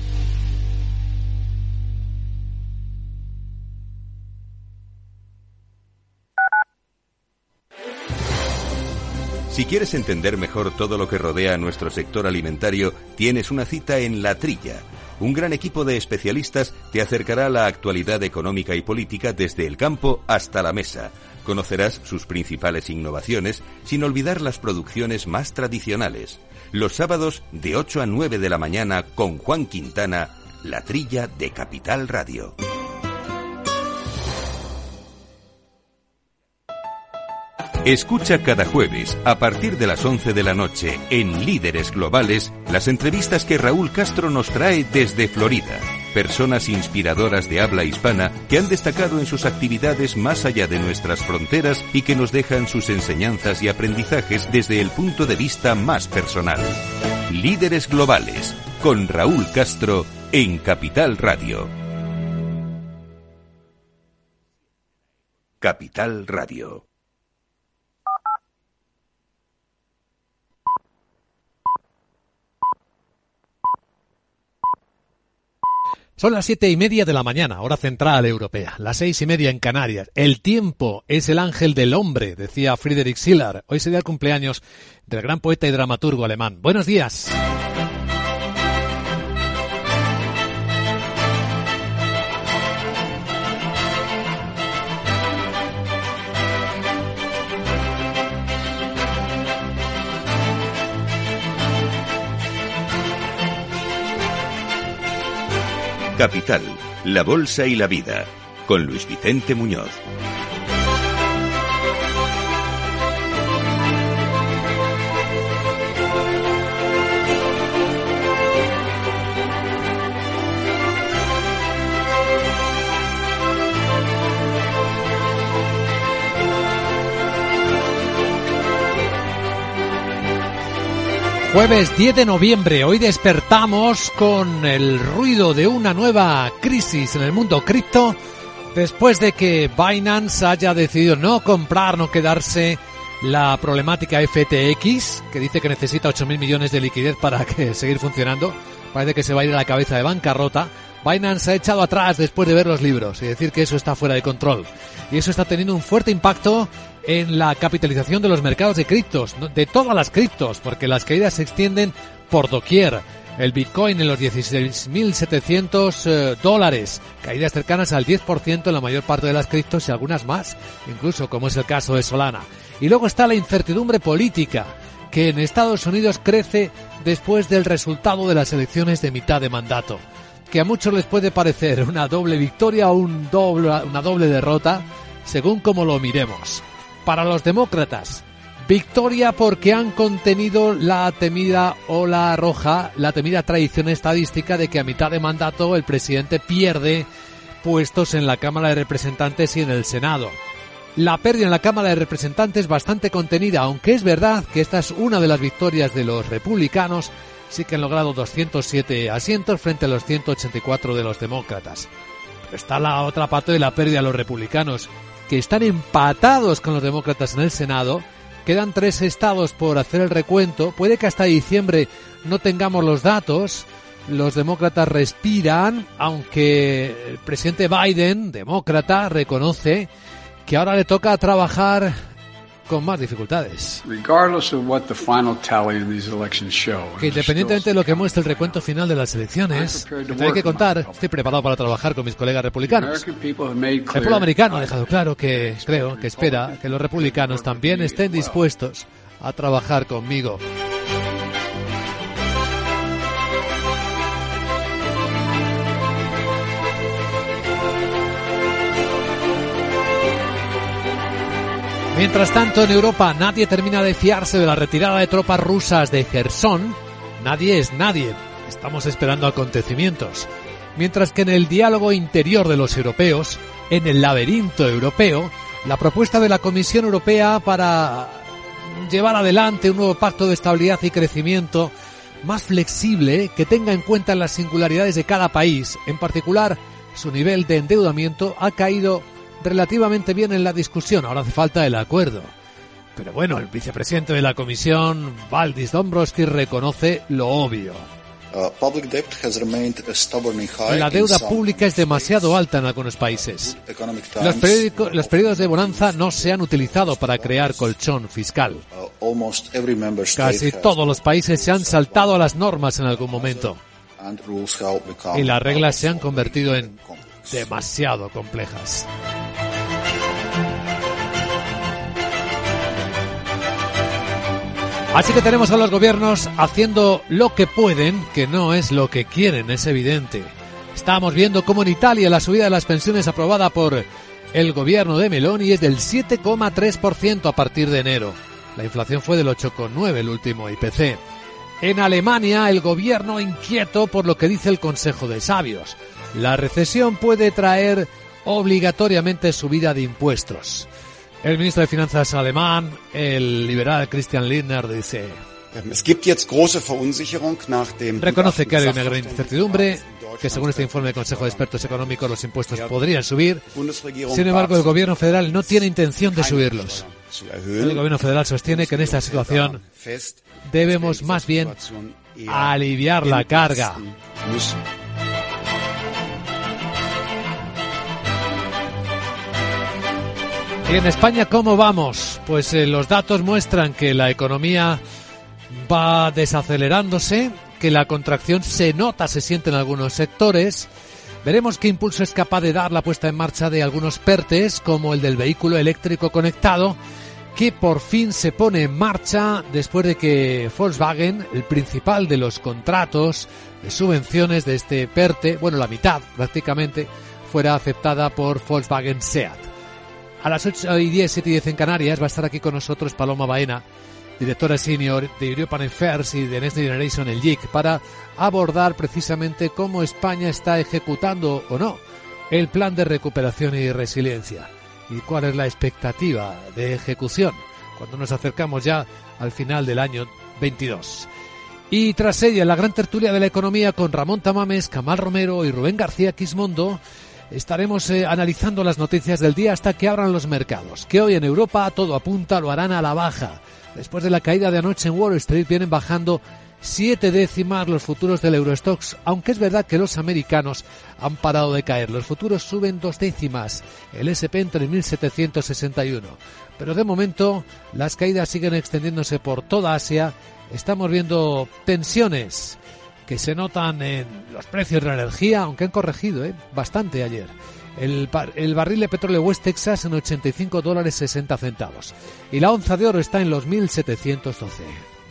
Speaker 2: Si quieres entender mejor todo lo que rodea a nuestro sector alimentario, tienes una cita en La Trilla. Un gran equipo de especialistas te acercará a la actualidad económica y política desde el campo hasta la mesa. Conocerás sus principales innovaciones, sin olvidar las producciones más tradicionales. Los sábados de ocho a nueve de la mañana con Juan Quintana, La Trilla de Capital Radio. Escucha cada jueves, a partir de las once de la noche, en Líderes Globales, las entrevistas que Raúl Castro nos trae desde Florida. Personas inspiradoras de habla hispana que han destacado en sus actividades más allá de nuestras fronteras y que nos dejan sus enseñanzas y aprendizajes desde el punto de vista más personal. Líderes Globales, con Raúl Castro, en Capital Radio. Capital Radio.
Speaker 1: Son las siete y media de la mañana, hora central europea, las seis y media en Canarias. El tiempo es el ángel del hombre, decía Friedrich Schiller. Hoy sería el cumpleaños del gran poeta y dramaturgo alemán. Buenos días.
Speaker 2: Capital, la bolsa y la vida, con Luis Vicente Muñoz.
Speaker 1: Jueves diez de noviembre, hoy despertamos con el ruido de una nueva crisis en el mundo cripto después de que Binance haya decidido no comprar, no quedarse la problemática F T X, que dice que necesita ocho mil millones de liquidez para que seguir funcionando. Parece que se va a ir a la cabeza de bancarrota. Binance ha echado atrás después de ver los libros y decir que eso está fuera de control. Y eso está teniendo un fuerte impacto en la capitalización de los mercados de criptos, de todas las criptos, porque las caídas se extienden por doquier. El Bitcoin en los dieciséis mil setecientos eh, dólares, caídas cercanas al diez por ciento en la mayor parte de las criptos y algunas más, incluso como es el caso de Solana. Y luego está la incertidumbre política, que en Estados Unidos crece después del resultado de las elecciones de mitad de mandato, que a muchos les puede parecer una doble victoria o un doble, una doble derrota, según como lo miremos. Para los demócratas, victoria porque han contenido la temida ola roja, la temida tradición estadística de que a mitad de mandato el presidente pierde puestos en la Cámara de Representantes y en el Senado. La pérdida en la Cámara de Representantes bastante contenida, aunque es verdad que esta es una de las victorias de los republicanos, sí que han logrado doscientos siete asientos frente a los ciento ochenta y cuatro de los demócratas. Pero está la otra parte de la pérdida de los republicanos, que están empatados con los demócratas en el Senado. Quedan tres estados por hacer el recuento. Puede que hasta diciembre no tengamos los datos. Los demócratas respiran, aunque el presidente Biden, demócrata, reconoce que ahora le toca trabajar con más dificultades. Que independientemente de lo que muestre el recuento final de las elecciones, que hay que contar, estoy preparado para trabajar con mis colegas republicanos. El pueblo americano ha dejado claro que, creo, que espera que los republicanos también estén dispuestos a trabajar conmigo. Mientras tanto, en Europa nadie termina de fiarse de la retirada de tropas rusas de Jersón. Nadie es nadie. Estamos esperando acontecimientos. Mientras que en el diálogo interior de los europeos, en el laberinto europeo, la propuesta de la Comisión Europea para llevar adelante un nuevo pacto de estabilidad y crecimiento más flexible, que tenga en cuenta las singularidades de cada país, en particular su nivel de endeudamiento, ha caído relativamente bien en la discusión. Ahora hace falta el acuerdo. Pero bueno, el vicepresidente de la Comisión, Valdis Dombrovskis, reconoce lo obvio. La deuda pública es demasiado alta en algunos países. Los, periódicos, los periodos de bonanza no se han utilizado para crear colchón fiscal. Casi todos los países se han saltado a las normas en algún momento. Y las reglas se han convertido en demasiado complejas. Así que tenemos a los gobiernos haciendo lo que pueden, que no es lo que quieren, es evidente. Estamos viendo cómo en Italia la subida de las pensiones aprobada por el gobierno de Meloni es del siete coma tres por ciento a partir de enero. La inflación fue del ocho coma nueve por ciento, el último I P C. En Alemania, el gobierno inquieto por lo que dice el Consejo de Sabios. La recesión puede traer obligatoriamente subida de impuestos. El ministro de Finanzas alemán, el liberal Christian Lindner, dice... Reconoce que hay una gran incertidumbre, que según este informe del Consejo de Expertos Económicos los impuestos podrían subir. Sin embargo, el gobierno federal no tiene intención de subirlos. El gobierno federal sostiene que en esta situación debemos más bien aliviar la carga. Y en España, ¿cómo vamos? Pues eh, los datos muestran que la economía va desacelerándose, que la contracción se nota, se siente en algunos sectores. Veremos qué impulso es capaz de dar la puesta en marcha de algunos PERTEs, como el del vehículo eléctrico conectado, que por fin se pone en marcha después de que Volkswagen, el principal de los contratos de subvenciones de este PERTE, bueno, la mitad prácticamente, fuera aceptada por Volkswagen SEAT. A las ocho y diez, siete y diez en Canarias, va a estar aquí con nosotros Paloma Baena, directora senior de European Affairs y de Next Generation, el J I C, para abordar precisamente cómo España está ejecutando o no el plan de recuperación y resiliencia y cuál es la expectativa de ejecución cuando nos acercamos ya al final del año veintidós. Y tras ella, la gran tertulia de la economía con Ramón Tamames, Camal Romero y Rubén García Quismondo, estaremos eh, analizando las noticias del día hasta que abran los mercados, que hoy en Europa todo apunta lo harán a la baja. Después de la caída de anoche en Wall Street vienen bajando siete décimas los futuros del Eurostoxx, aunque es verdad que los americanos han parado de caer. Los futuros suben dos décimas, el ese and pe en tres mil setecientos sesenta y uno. Pero de momento las caídas siguen extendiéndose por toda Asia. Estamos viendo tensiones que se notan en los precios de la energía, aunque han corregido ¿eh? bastante ayer. El, bar, el barril de petróleo West Texas en ochenta y cinco dólares sesenta centavos. Y la onza de oro está en los mil setecientos doce.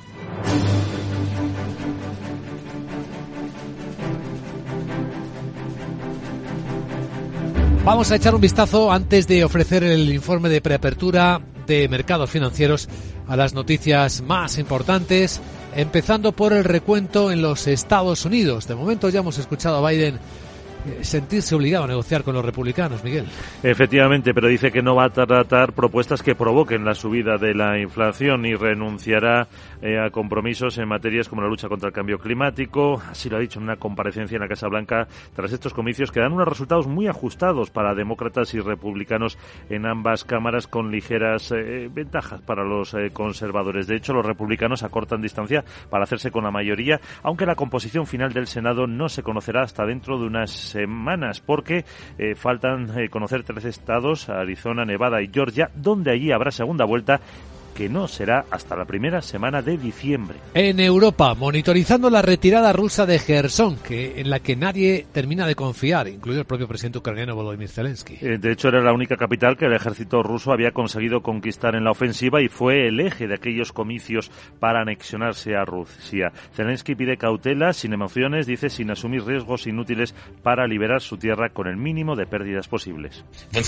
Speaker 1: Vamos a echar un vistazo antes de ofrecer el informe de preapertura de mercados financieros a las noticias más importantes, empezando por el recuento en los Estados Unidos. De momento ya hemos escuchado a Biden sentirse obligado a negociar con los republicanos, Miguel.
Speaker 4: Efectivamente, pero dice que no va a tratar propuestas que provoquen la subida de la inflación y renunciará eh, a compromisos en materias como la lucha contra el cambio climático. Así lo ha dicho en una comparecencia en la Casa Blanca tras estos comicios que dan unos resultados muy ajustados para demócratas y republicanos en ambas cámaras, con ligeras eh, ventajas para los eh, conservadores. De hecho, los republicanos acortan distancia para hacerse con la mayoría, aunque la composición final del Senado no se conocerá hasta dentro de unas semanas, porque eh, faltan eh, conocer tres estados, Arizona, Nevada y Georgia, donde allí habrá segunda vuelta, que no será hasta la primera semana de diciembre.
Speaker 1: En Europa, monitorizando la retirada rusa de Jersón, que en la que nadie termina de confiar, incluido el propio presidente ucraniano Volodymyr Zelensky.
Speaker 4: Eh, de hecho, era la única capital que el ejército ruso había conseguido conquistar en la ofensiva y fue el eje de aquellos comicios para anexionarse a Rusia. Zelensky pide cautela, sin emociones, dice, sin asumir riesgos inútiles para liberar su tierra con el mínimo de pérdidas posibles.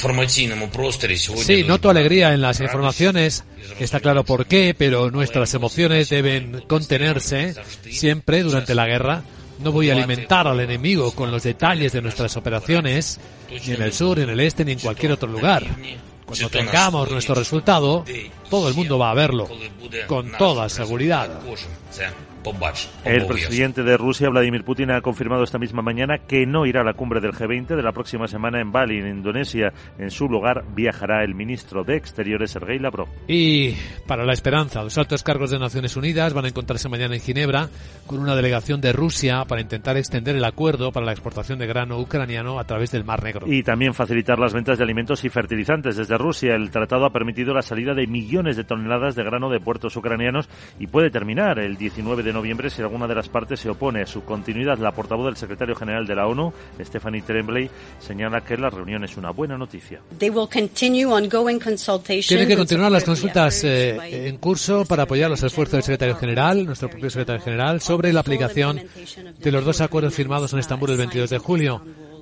Speaker 1: Sí, noto alegría en las informaciones. Está claro por qué, pero nuestras emociones deben contenerse siempre durante la guerra. No voy a alimentar al enemigo con los detalles de nuestras operaciones, ni en el sur, ni en el este, ni en cualquier otro lugar. Cuando tengamos nuestro resultado, todo el mundo va a verlo, con toda seguridad.
Speaker 4: El presidente de Rusia, Vladimir Putin, ha confirmado esta misma mañana que no irá a la cumbre del G veinte de la próxima semana en Bali, en Indonesia. En su lugar viajará el ministro de Exteriores, Sergei Lavrov.
Speaker 1: Y para la esperanza, los altos cargos de Naciones Unidas van a encontrarse mañana en Ginebra con una delegación de Rusia para intentar extender el acuerdo para la exportación de grano ucraniano a través del Mar Negro.
Speaker 4: Y también facilitar las ventas de alimentos y fertilizantes desde Rusia. El tratado ha permitido la salida de millones de toneladas de grano de puertos ucranianos y puede terminar el diecinueve de noviembre si alguna de las partes se opone a su continuidad. La portavoz del secretario general de la ONU, Stephanie Tremblay, señala que la reunión es una buena noticia.
Speaker 1: Tienen que continuar las consultas eh, en curso para apoyar los esfuerzos del secretario general, nuestro propio secretario general, sobre la aplicación de los dos acuerdos firmados en Estambul el veintidós de julio.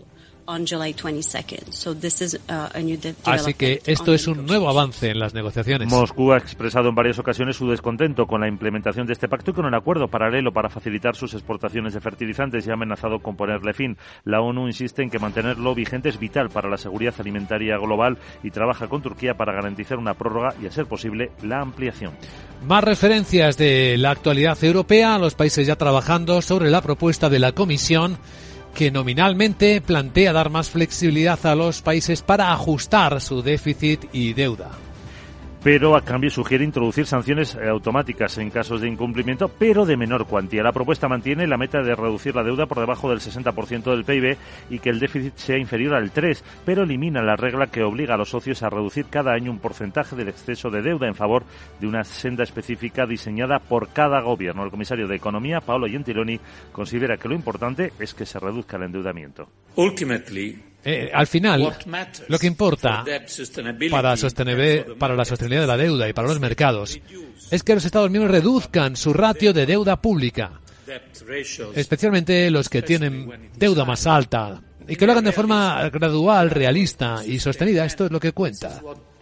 Speaker 1: Así que esto es un nuevo avance en las negociaciones.
Speaker 4: Moscú ha expresado en varias ocasiones su descontento con la implementación de este pacto y con el acuerdo paralelo para facilitar sus exportaciones de fertilizantes y ha amenazado con ponerle fin. La ONU insiste en que mantenerlo vigente es vital para la seguridad alimentaria global y trabaja con Turquía para garantizar una prórroga y, a ser posible, la ampliación.
Speaker 1: Más referencias de la actualidad europea, los países ya trabajando sobre la propuesta de la Comisión que nominalmente plantea dar más flexibilidad a los países para ajustar su déficit y deuda.
Speaker 4: Pero a cambio sugiere introducir sanciones automáticas en casos de incumplimiento, pero de menor cuantía. La propuesta mantiene la meta de reducir la deuda por debajo del sesenta por ciento del P I B y que el déficit sea inferior al tres, pero elimina la regla que obliga a los socios a reducir cada año un porcentaje del exceso de deuda en favor de una senda específica diseñada por cada gobierno. El comisario de Economía, Paolo Gentiloni, considera que lo importante es que se reduzca el endeudamiento.
Speaker 17: Ultimately,
Speaker 1: Eh, al final, lo que importa para, sostener, para la sostenibilidad de la deuda y para los mercados es que los Estados miembros reduzcan su ratio de deuda pública, especialmente los que tienen deuda más alta, y que lo hagan de forma gradual, realista y sostenida. Esto es lo que cuenta.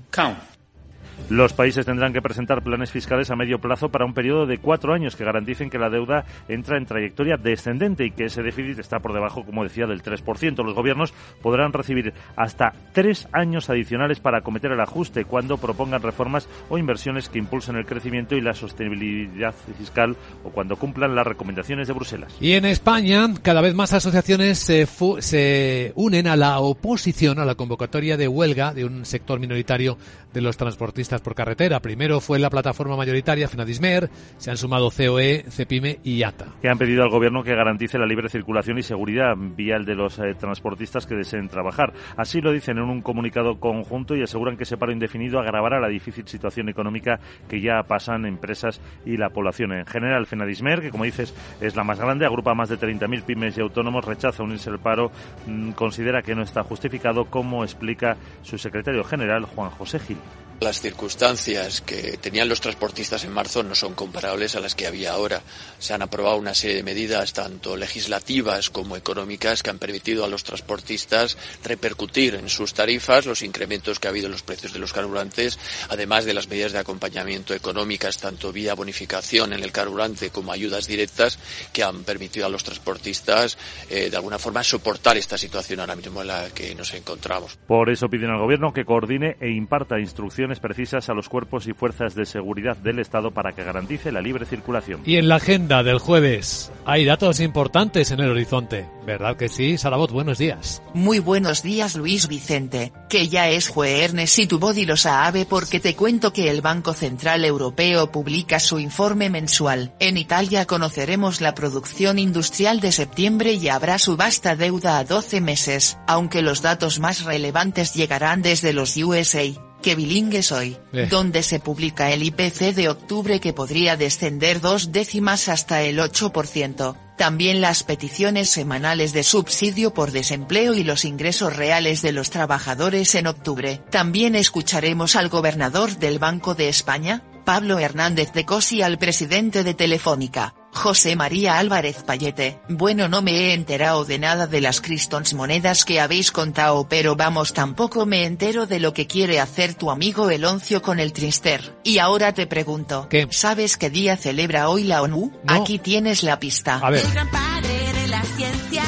Speaker 4: Los países tendrán que presentar planes fiscales a medio plazo para un periodo de cuatro años que garanticen que la deuda entra en trayectoria descendente y que ese déficit está por debajo, como decía, del tres por ciento. Los gobiernos podrán recibir hasta tres años adicionales para acometer el ajuste cuando propongan reformas o inversiones que impulsen el crecimiento y la sostenibilidad fiscal o cuando cumplan las recomendaciones de Bruselas.
Speaker 1: Y en España, cada vez más asociaciones se, fu- se unen a la oposición a la convocatoria de huelga de un sector minoritario de los transportistas por carretera. Primero fue la plataforma mayoritaria Fenadismer, se han sumado C O E, Cepime y I A T A.
Speaker 4: Que han pedido al gobierno que garantice la libre circulación y seguridad vial de los eh, transportistas que deseen trabajar. Así lo dicen en un comunicado conjunto y aseguran que ese paro indefinido agravará la difícil situación económica que ya pasan empresas y la población en general. Fenadismer, que como dices es la más grande, agrupa más de treinta mil pymes y autónomos, rechaza unirse al paro, mmm, considera que no está justificado, como explica su secretario general, Juan José Gil.
Speaker 6: Las circunstancias que tenían los transportistas en marzo no son comparables a las que había ahora. Se han aprobado una serie de medidas, tanto legislativas como económicas, que han permitido a los transportistas repercutir en sus tarifas los incrementos que ha habido en los precios de los carburantes, además de las medidas de acompañamiento económicas, tanto vía bonificación en el carburante como ayudas directas, que han permitido a los transportistas, eh, de alguna forma, soportar esta situación ahora mismo en la que nos encontramos.
Speaker 4: Por eso piden al gobierno que coordine e imparta instrucciones precisas a los cuerpos y fuerzas de seguridad del Estado para que garantice la libre circulación.
Speaker 1: Y en la agenda del jueves hay datos importantes en el horizonte, ¿verdad que sí? Sarabot, buenos días.
Speaker 8: Muy buenos días, Luis Vicente, que ya es jueves y tu body lo sabe porque te cuento que el Banco Central Europeo publica su informe mensual. En Italia conoceremos la producción industrial de septiembre y habrá subasta deuda a doce meses, aunque los datos más relevantes llegarán desde los U S A. Que bilingue soy, eh. donde se publica el I P C de octubre que podría descender dos décimas hasta el ocho por ciento. También las peticiones semanales de subsidio por desempleo y los ingresos reales de los trabajadores en octubre. También escucharemos al gobernador del Banco de España, Pablo Hernández de Cos, y al presidente de Telefónica, José María Álvarez Payete. Bueno, no me he enterado de nada de las cristons monedas que habéis contado, pero vamos, tampoco me entero de lo que quiere hacer tu amigo Eloncio con el Trister. Y ahora te pregunto,
Speaker 1: ¿qué?
Speaker 8: ¿Sabes qué día celebra hoy la ONU?
Speaker 1: No.
Speaker 8: Aquí tienes la pista.
Speaker 1: A ver.
Speaker 18: El gran padre de la ciencia,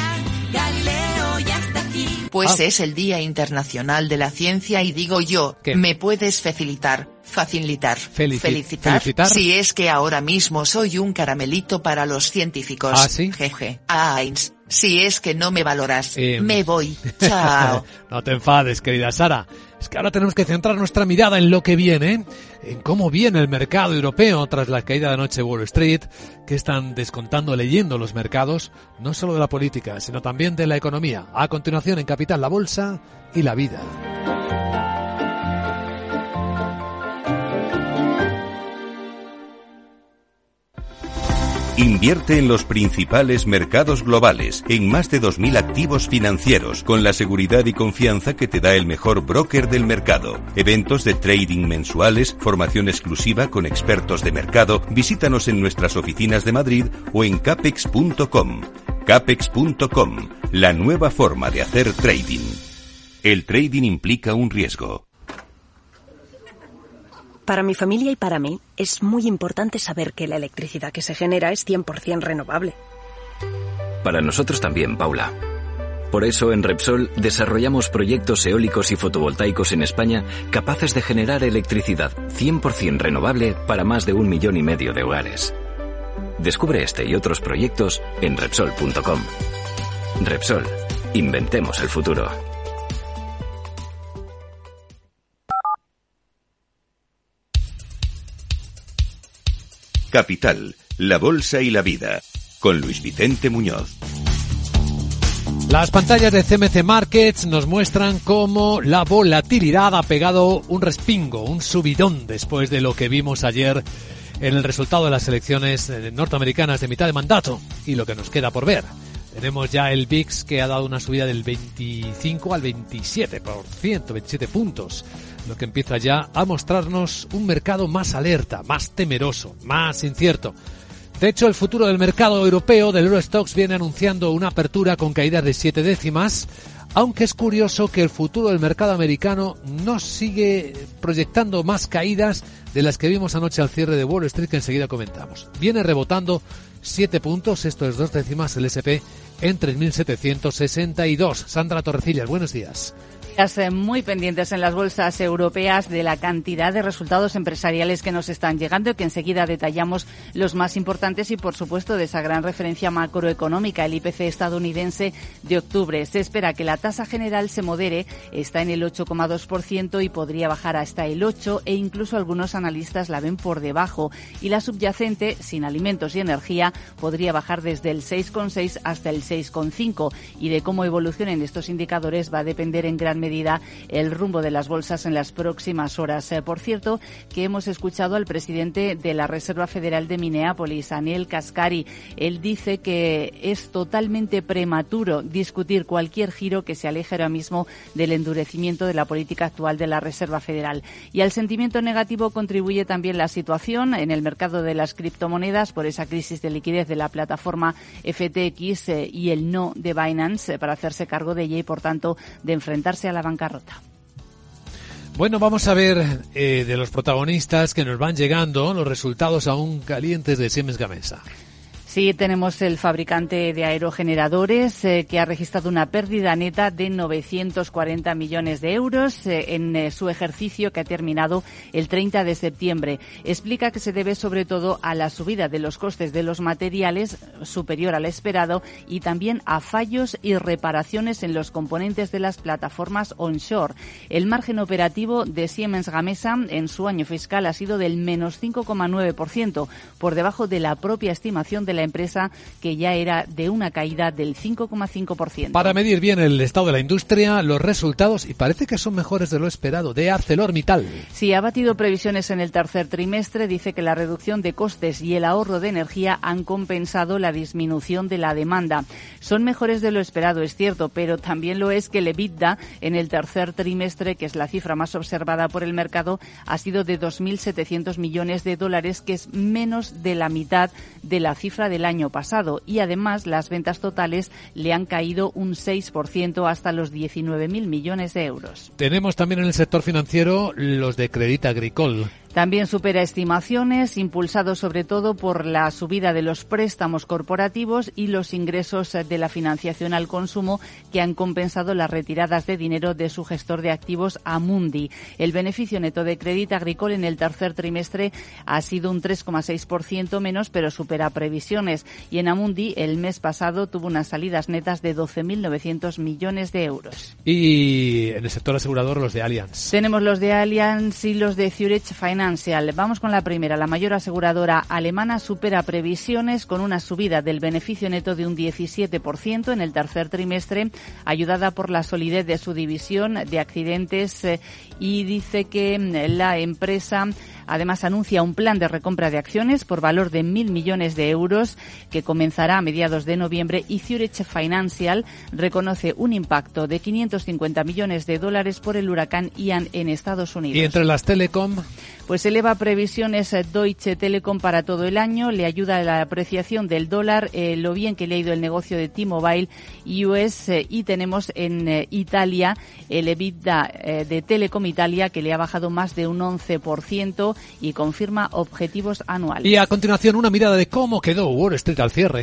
Speaker 18: Galileo, ya está aquí.
Speaker 8: Pues
Speaker 1: Ah.
Speaker 8: es el Día Internacional de la Ciencia y digo yo,
Speaker 1: ¿qué?
Speaker 8: ¿me puedes felicitar? Facilitar,
Speaker 1: Felici-
Speaker 8: felicitar,
Speaker 1: felicitar.
Speaker 8: si es que ahora mismo soy un caramelito para los científicos.
Speaker 1: ¿Ah, sí?
Speaker 8: Jeje. Ains, si es que no me valoras,
Speaker 1: Eh.
Speaker 8: me voy. Chao.
Speaker 1: No te enfades, querida Sara. Es que ahora tenemos que centrar nuestra mirada en lo que viene, en cómo viene el mercado europeo tras la caída de anoche de Wall Street, que están descontando, leyendo los mercados, no solo de la política, sino también de la economía. A continuación, en Capital, la bolsa y la vida.
Speaker 2: Invierte en los principales mercados globales, en más de dos mil activos financieros, con la seguridad y confianza que te da el mejor broker del mercado. Eventos de trading mensuales, formación exclusiva con expertos de mercado. Visítanos en nuestras oficinas de Madrid o en capex punto com. capex punto com. la nueva forma de hacer trading. El trading implica un riesgo.
Speaker 17: Para mi familia y para mí es muy importante saber que la electricidad que se genera es cien por ciento renovable.
Speaker 19: Para nosotros también, Paula. Por eso en Repsol desarrollamos proyectos eólicos y fotovoltaicos en España capaces de generar electricidad cien por ciento renovable para más de un millón y medio de hogares. Descubre este y otros proyectos en Repsol punto com. Repsol, inventemos el futuro.
Speaker 2: Capital, la bolsa y la vida, con Luis Vicente Muñoz.
Speaker 1: Las pantallas de C M C Markets nos muestran cómo la volatilidad ha pegado un respingo, un subidón después de lo que vimos ayer en el resultado de las elecciones norteamericanas de mitad de mandato y lo que nos queda por ver. Tenemos ya el V I X que ha dado una subida del veinticinco al veintisiete por ciento, veintisiete puntos, lo que empieza ya a mostrarnos un mercado más alerta, más temeroso, más incierto. De hecho, el futuro del mercado europeo del Eurostoxx viene anunciando una apertura con caídas de siete décimas, aunque es curioso que el futuro del mercado americano no sigue proyectando más caídas de las que vimos anoche al cierre de Wall Street, que enseguida comentamos. Viene rebotando siete puntos, esto es dos décimas, el ese and pe en tres mil setecientos sesenta y dos. Sandra Torrecillas, buenos días.
Speaker 13: Muy pendientes en las bolsas europeas de la cantidad de resultados empresariales que nos están llegando y que enseguida detallamos los más importantes y, por supuesto, de esa gran referencia macroeconómica, el I P C estadounidense de octubre. Se espera que la tasa general se modere, está en el ocho coma dos por ciento y podría bajar hasta el ocho por ciento e incluso algunos analistas la ven por debajo. Y la subyacente, sin alimentos y energía, podría bajar desde el seis coma seis hasta el seis coma cinco. Y de cómo evolucionen estos indicadores va a depender en gran medida el rumbo de las bolsas en las próximas horas. Eh, por cierto, que hemos escuchado al presidente de la Reserva Federal de Minneapolis, Anil Kaskari. Él dice que es totalmente prematuro discutir cualquier giro que se aleje ahora mismo del endurecimiento de la política actual de la Reserva Federal. Y al sentimiento negativo contribuye también la situación en el mercado de las criptomonedas por esa crisis de liquidez de la plataforma F T X eh, y el no de Binance eh, para hacerse cargo de ella y, por tanto, de enfrentarse a la bancarrota.
Speaker 1: Bueno, vamos a ver eh, de los protagonistas que nos van llegando los resultados aún calientes de Siemens Gamesa.
Speaker 13: Sí, tenemos el fabricante de aerogeneradores eh, que ha registrado una pérdida neta de novecientos cuarenta millones de euros eh, en eh, su ejercicio que ha terminado el treinta de septiembre. Explica que se debe sobre todo a la subida de los costes de los materiales superior al esperado y también a fallos y reparaciones en los componentes de las plataformas onshore. El margen operativo de Siemens Gamesa en su año fiscal ha sido del menos cinco coma nueve por ciento, por debajo de la propia estimación de la empresa, que ya era de una caída del cinco coma cinco por ciento.
Speaker 1: Para medir bien el estado de la industria, los resultados, y parece que son mejores de lo esperado, de ArcelorMittal.
Speaker 13: Sí, ha batido previsiones en el tercer trimestre. Dice que la reducción de costes y el ahorro de energía han compensado la disminución de la demanda. Son mejores de lo esperado, es cierto, pero también lo es que el EBITDA en el tercer trimestre, que es la cifra más observada por el mercado, ha sido de dos mil setecientos millones de dólares, que es menos de la mitad de la cifra del año pasado, y además las ventas totales le han caído un seis por ciento hasta los diecinueve mil millones de euros.
Speaker 1: Tenemos también en el sector financiero los de Crédit Agricole.
Speaker 13: También supera estimaciones, impulsado sobre todo por la subida de los préstamos corporativos y los ingresos de la financiación al consumo, que han compensado las retiradas de dinero de su gestor de activos Amundi. El beneficio neto de Crédit Agricole en el tercer trimestre ha sido un tres coma seis por ciento menos, pero supera previsiones. Y en Amundi el mes pasado tuvo unas salidas netas de doce mil novecientos millones de euros.
Speaker 1: Y en el sector asegurador los de Allianz.
Speaker 13: Tenemos los de Allianz y los de Zurich Financial. Vamos con la primera. La mayor aseguradora alemana supera previsiones con una subida del beneficio neto de un diecisiete por ciento en el tercer trimestre, ayudada por la solidez de su división de accidentes, eh, y dice que la empresa además anuncia un plan de recompra de acciones por valor de mil millones de euros que comenzará a mediados de noviembre, y Zurich Financial reconoce un impacto de quinientos cincuenta millones de dólares por el huracán Ian en Estados Unidos.
Speaker 1: ¿Y entre las telecom?
Speaker 13: Pues eleva previsiones Deutsche Telekom para todo el año, le ayuda a la apreciación del dólar, eh, lo bien que le ha ido el negocio de T-Mobile U S eh, y tenemos en eh, Italia el EBITDA eh, de Telecom Italia que le ha bajado más de un once por ciento y confirma objetivos anuales.
Speaker 1: Y a continuación una mirada de cómo quedó Wall Street al cierre.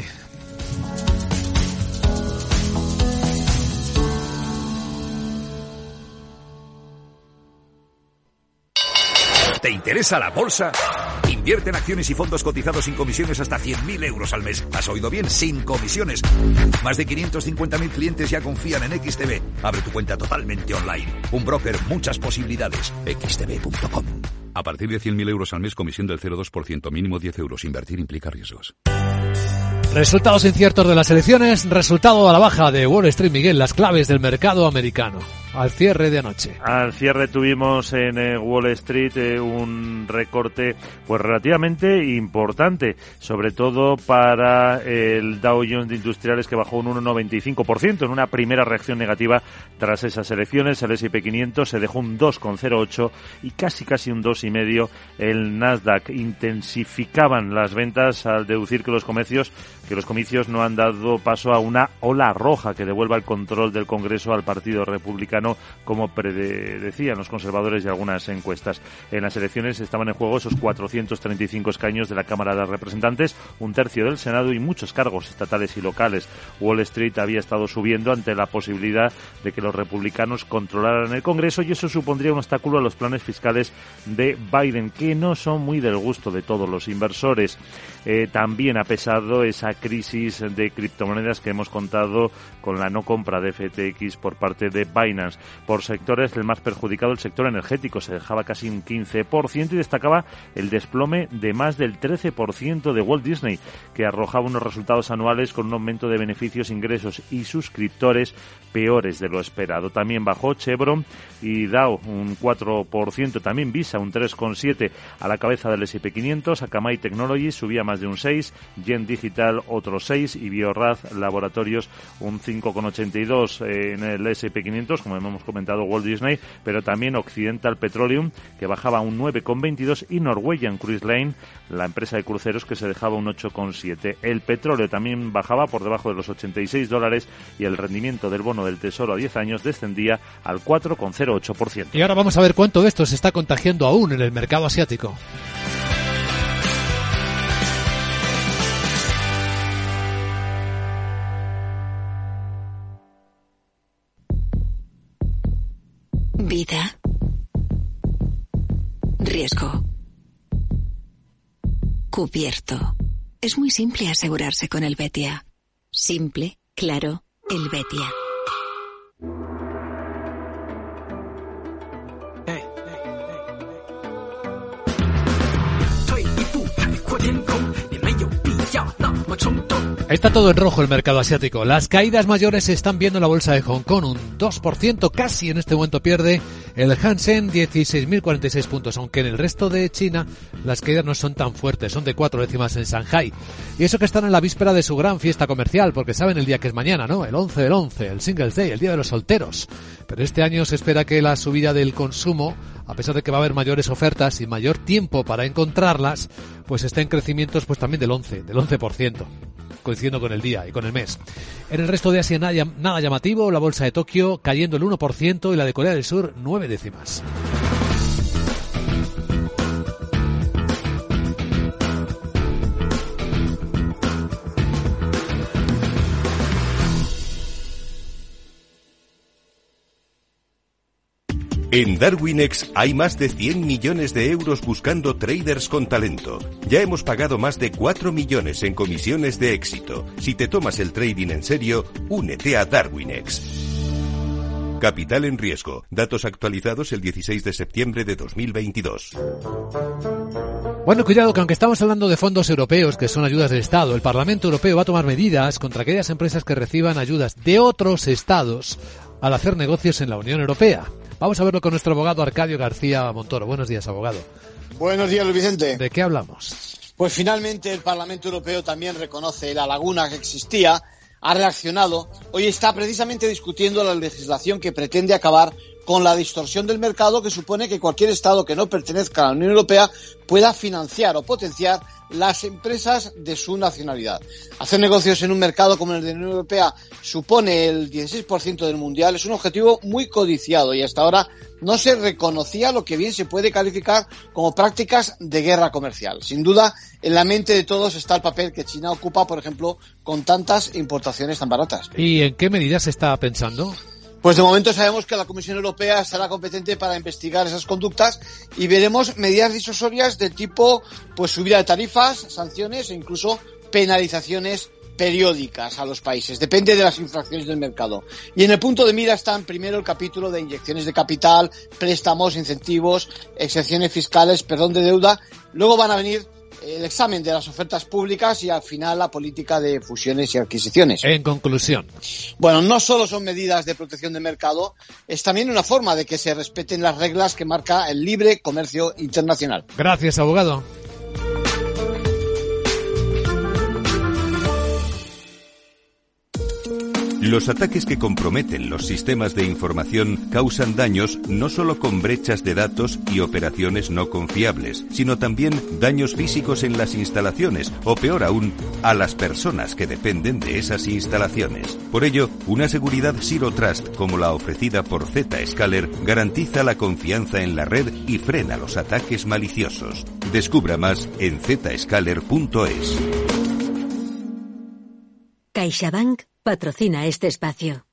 Speaker 20: ¿Te interesa la bolsa? Invierte en acciones y fondos cotizados sin comisiones hasta cien mil euros al mes. ¿Has oído bien? Sin comisiones. Más de quinientos cincuenta mil clientes ya confían en X T B. Abre tu cuenta totalmente online. Un broker, muchas posibilidades. equis te be punto com.
Speaker 21: A partir de cien mil euros al mes, comisión del cero coma dos por ciento, mínimo diez euros. Invertir implica riesgos.
Speaker 1: Resultados inciertos de las elecciones, resultado a la baja de Wall Street, Miguel, las claves del mercado americano. Al cierre de anoche.
Speaker 4: Al cierre tuvimos en eh, Wall Street eh, un recorte pues relativamente importante, sobre todo para eh, el Dow Jones de Industriales, que bajó un uno coma noventa y cinco por ciento en una primera reacción negativa tras esas elecciones. El ese y pe quinientos se dejó un dos coma cero ocho y casi casi un dos coma cinco. El Nasdaq intensificaban las ventas al deducir que los comercios que los comicios no han dado paso a una ola roja que devuelva el control del Congreso al Partido Republicano, como predecían los conservadores y algunas encuestas. En las elecciones estaban en juego esos cuatrocientos treinta y cinco escaños de la Cámara de Representantes, un tercio del Senado y muchos cargos estatales y locales. Wall Street había estado subiendo ante la posibilidad de que los republicanos controlaran el Congreso, y eso supondría un obstáculo a los planes fiscales de Biden, que no son muy del gusto de todos los inversores. Eh, también ha pesado esa crisis de criptomonedas que hemos contado con la no compra de F T X por parte de Binance. Por sectores, el más perjudicado, el sector energético, se dejaba casi un quince por ciento y destacaba el desplome de más del trece por ciento de Walt Disney, que arrojaba unos resultados anuales con un aumento de beneficios, ingresos y suscriptores peores de lo esperado. También bajó Chevron y Dow un cuatro por ciento, también Visa un tres coma siete por ciento a la cabeza del ese y pe quinientos, Akamai Technologies subía más de un seis por ciento, Gen Digital otro seis por ciento y Bioraz Laboratorios un cinco coma ochenta y dos por ciento en el ese y pe quinientos, como hemos comentado Walt Disney, pero también Occidental Petroleum, que bajaba un nueve coma veintidós por ciento, y Norwegian Cruise Line, la empresa de cruceros, que se dejaba un ocho coma siete por ciento. El petróleo también bajaba por debajo de los ochenta y seis dólares y el rendimiento del bono del Tesoro a diez años descendía al cuatro coma cero ocho por ciento.
Speaker 1: Y ahora vamos a ver cuánto de esto se está contagiando aún en el mercado asiático.
Speaker 22: Vida. Riesgo. Cubierto. Es muy simple asegurarse con el Betia. Simple, claro, el Betia.
Speaker 1: Está todo en rojo el mercado asiático. Las caídas mayores se están viendo en la bolsa de Hong Kong, un dos por ciento casi en este momento pierde el Hansen, dieciséis mil cuarenta y seis puntos, aunque en el resto de China las caídas no son tan fuertes, son de cuatro décimas en Shanghai. Y eso que están en la víspera de su gran fiesta comercial, porque saben el día que es mañana, ¿no? El once del once, el Singles Day, el Día de los Solteros. Pero este año se espera que la subida del consumo, a pesar de que va a haber mayores ofertas y mayor tiempo para encontrarlas, pues está en crecimientos pues también del once, del once por ciento. Coincidiendo con el día y con el mes. En el resto de Asia nada, nada llamativo, la bolsa de Tokio cayendo el uno por ciento y la de Corea del Sur nueve décimas.
Speaker 2: En Darwinex hay más de cien millones de euros buscando traders con talento. Ya hemos pagado más de cuatro millones en comisiones de éxito. Si te tomas el trading en serio, únete a Darwinex. Capital en riesgo. Datos actualizados el dieciséis de septiembre de dos mil veintidós.
Speaker 1: Bueno, cuidado, que aunque estamos hablando de fondos europeos, que son ayudas del Estado, el Parlamento Europeo va a tomar medidas contra aquellas empresas que reciban ayudas de otros estados al hacer negocios en la Unión Europea. Vamos a verlo con nuestro abogado Arcadio García Montoro. Buenos días, abogado.
Speaker 23: Buenos días, Luis Vicente.
Speaker 1: ¿De qué hablamos?
Speaker 23: Pues finalmente el Parlamento Europeo también reconoce la laguna que existía ha reaccionado. Hoy está precisamente discutiendo la legislación que pretende acabar con la distorsión del mercado que supone que cualquier Estado que no pertenezca a la Unión Europea pueda financiar o potenciar las empresas de su nacionalidad. Hacer negocios en un mercado como el de la Unión Europea supone el dieciséis por ciento del mundial, es un objetivo muy codiciado y hasta ahora no se reconocía lo que bien se puede calificar como prácticas de guerra comercial. Sin duda, en la mente de todos está el papel que China ocupa, por ejemplo, con tantas importaciones tan baratas.
Speaker 1: ¿Y en qué medidas se está pensando?
Speaker 23: Pues de momento sabemos que la Comisión Europea estará competente para investigar esas conductas y veremos medidas disuasorias de tipo pues subida de tarifas, sanciones e incluso penalizaciones periódicas a los países. Depende de las infracciones del mercado. Y en el punto de mira están primero el capítulo de inyecciones de capital, préstamos, incentivos, exenciones fiscales, perdón de deuda. Luego van a venir el examen de las ofertas públicas y al final la política de fusiones y adquisiciones.
Speaker 1: En conclusión.
Speaker 23: Bueno, no solo son medidas de protección de mercado, es también una forma de que se respeten las reglas que marca el libre comercio internacional.
Speaker 1: Gracias, abogado.
Speaker 2: Los ataques que comprometen los sistemas de información causan daños no solo con brechas de datos y operaciones no confiables, sino también daños físicos en las instalaciones o, peor aún, a las personas que dependen de esas instalaciones. Por ello, una seguridad Zero Trust como la ofrecida por Zscaler garantiza la confianza en la red y frena los ataques maliciosos. Descubra más en zscaler punto es.
Speaker 9: CaixaBank patrocina este espacio.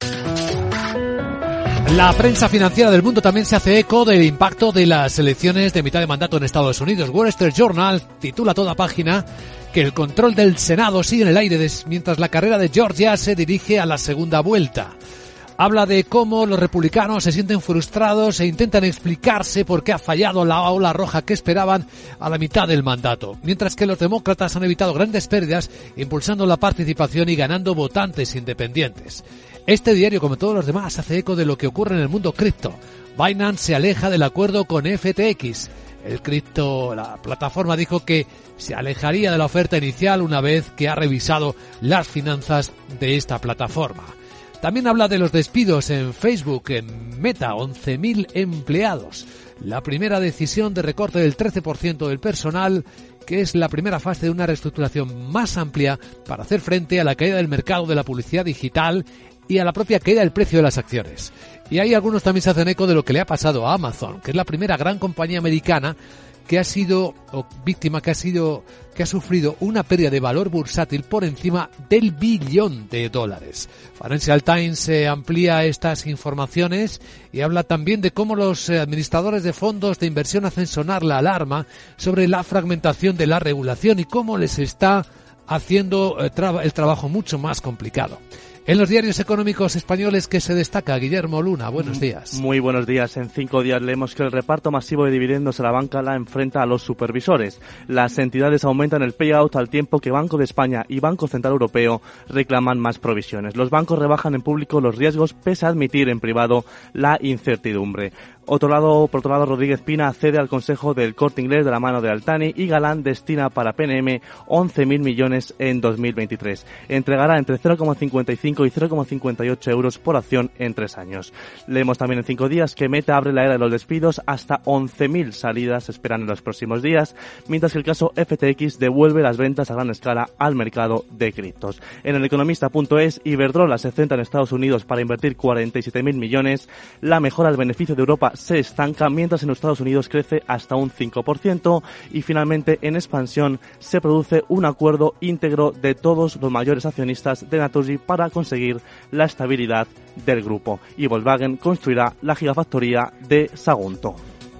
Speaker 1: La prensa financiera del mundo también se hace eco del impacto de las elecciones de mitad de mandato en Estados Unidos. Wall Street Journal titula a toda página que el control del Senado sigue en el aire mientras la carrera de Georgia se dirige a la segunda vuelta. Habla de cómo los republicanos se sienten frustrados e intentan explicarse por qué ha fallado la ola roja que esperaban a la mitad del mandato, mientras que los demócratas han evitado grandes pérdidas impulsando la participación y ganando votantes independientes. Este diario, como todos los demás, hace eco de lo que ocurre en el mundo cripto. Binance se aleja del acuerdo con F T X. El cripto, la plataforma dijo que se alejaría de la oferta inicial una vez que ha revisado las finanzas de esta plataforma. También habla de los despidos en Facebook, en Meta, once mil empleados. La primera decisión de recorte del trece por ciento del personal, que es la primera fase de una reestructuración más amplia para hacer frente a la caída del mercado de la publicidad digital y a la propia caída del precio de las acciones. Y ahí algunos también se hacen eco de lo que le ha pasado a Amazon, que es la primera gran compañía americana que ha sido, o víctima que ha sido, que ha sufrido una pérdida de valor bursátil por encima del billón de dólares. Financial Times eh, amplía estas informaciones y habla también de cómo los eh, administradores de fondos de inversión hacen sonar la alarma sobre la fragmentación de la regulación y cómo les está haciendo eh, tra- el trabajo mucho más complicado. En los diarios económicos españoles, ¿qué se destaca? Guillermo Luna, buenos días.
Speaker 3: Muy buenos días. En cinco días leemos que el reparto masivo de dividendos a la banca la enfrenta a los supervisores. Las entidades aumentan el payout al tiempo que Banco de España y Banco Central Europeo reclaman más provisiones. Los bancos rebajan en público los riesgos pese a admitir en privado la incertidumbre. Otro lado, por otro lado, Rodríguez Pina accede al consejo del Corte Inglés de la mano de Altani y Galán destina para P N M once mil millones en dos mil veintitrés. Entregará entre cero coma cincuenta y cinco y cero coma cincuenta y ocho euros por acción en tres años. Leemos también en cinco días que Meta abre la era de los despidos, hasta once mil salidas se esperan en los próximos días, mientras que el caso F T X devuelve las ventas a gran escala al mercado de criptos. En el economista punto es, Iberdrola se centra en Estados Unidos para invertir cuarenta y siete mil millones, la mejora del beneficio de Europa se estanca, mientras en Estados Unidos crece hasta un cinco por ciento y finalmente en expansión se produce un acuerdo íntegro de todos los mayores accionistas de Naturgy para conseguir la estabilidad del grupo, y Volkswagen construirá la gigafactoría de Sagunto.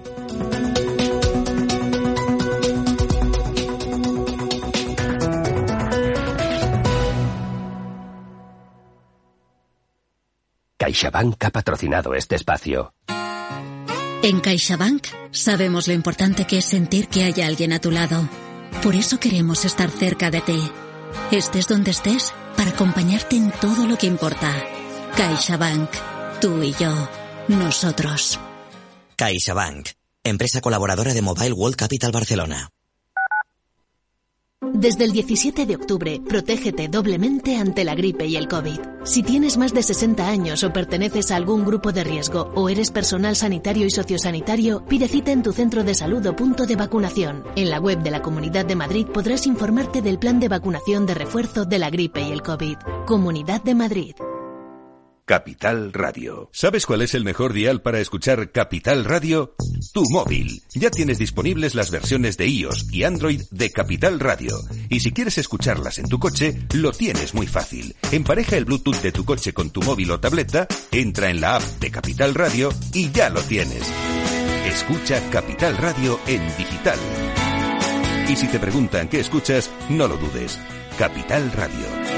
Speaker 5: CaixaBank ha patrocinado este espacio.
Speaker 22: En CaixaBank sabemos lo importante que es sentir que hay alguien a tu lado. Por eso queremos estar cerca de ti. Estés donde estés, para acompañarte en todo lo que importa. CaixaBank. Tú y yo. Nosotros.
Speaker 7: CaixaBank. Empresa colaboradora de Mobile World Capital Barcelona. Desde el diecisiete de octubre, protégete doblemente ante la gripe y el COVID. Si tienes más de sesenta años o perteneces a algún grupo de riesgo o eres personal sanitario y sociosanitario, pide cita en tu centro de salud o punto de vacunación. En la web de la Comunidad de Madrid podrás informarte del plan de vacunación de refuerzo de la gripe y el COVID. Comunidad de Madrid.
Speaker 2: Capital Radio. ¿Sabes cuál es el mejor dial para escuchar Capital Radio? Tu móvil. Ya tienes disponibles las versiones de iOS y Android de Capital Radio. Y si quieres escucharlas en tu coche, lo tienes muy fácil. Empareja el Bluetooth de tu coche con tu móvil o tableta, entra en la app de Capital Radio y ya lo tienes. Escucha Capital Radio en digital. Y si te preguntan qué escuchas, no lo dudes. Capital Radio.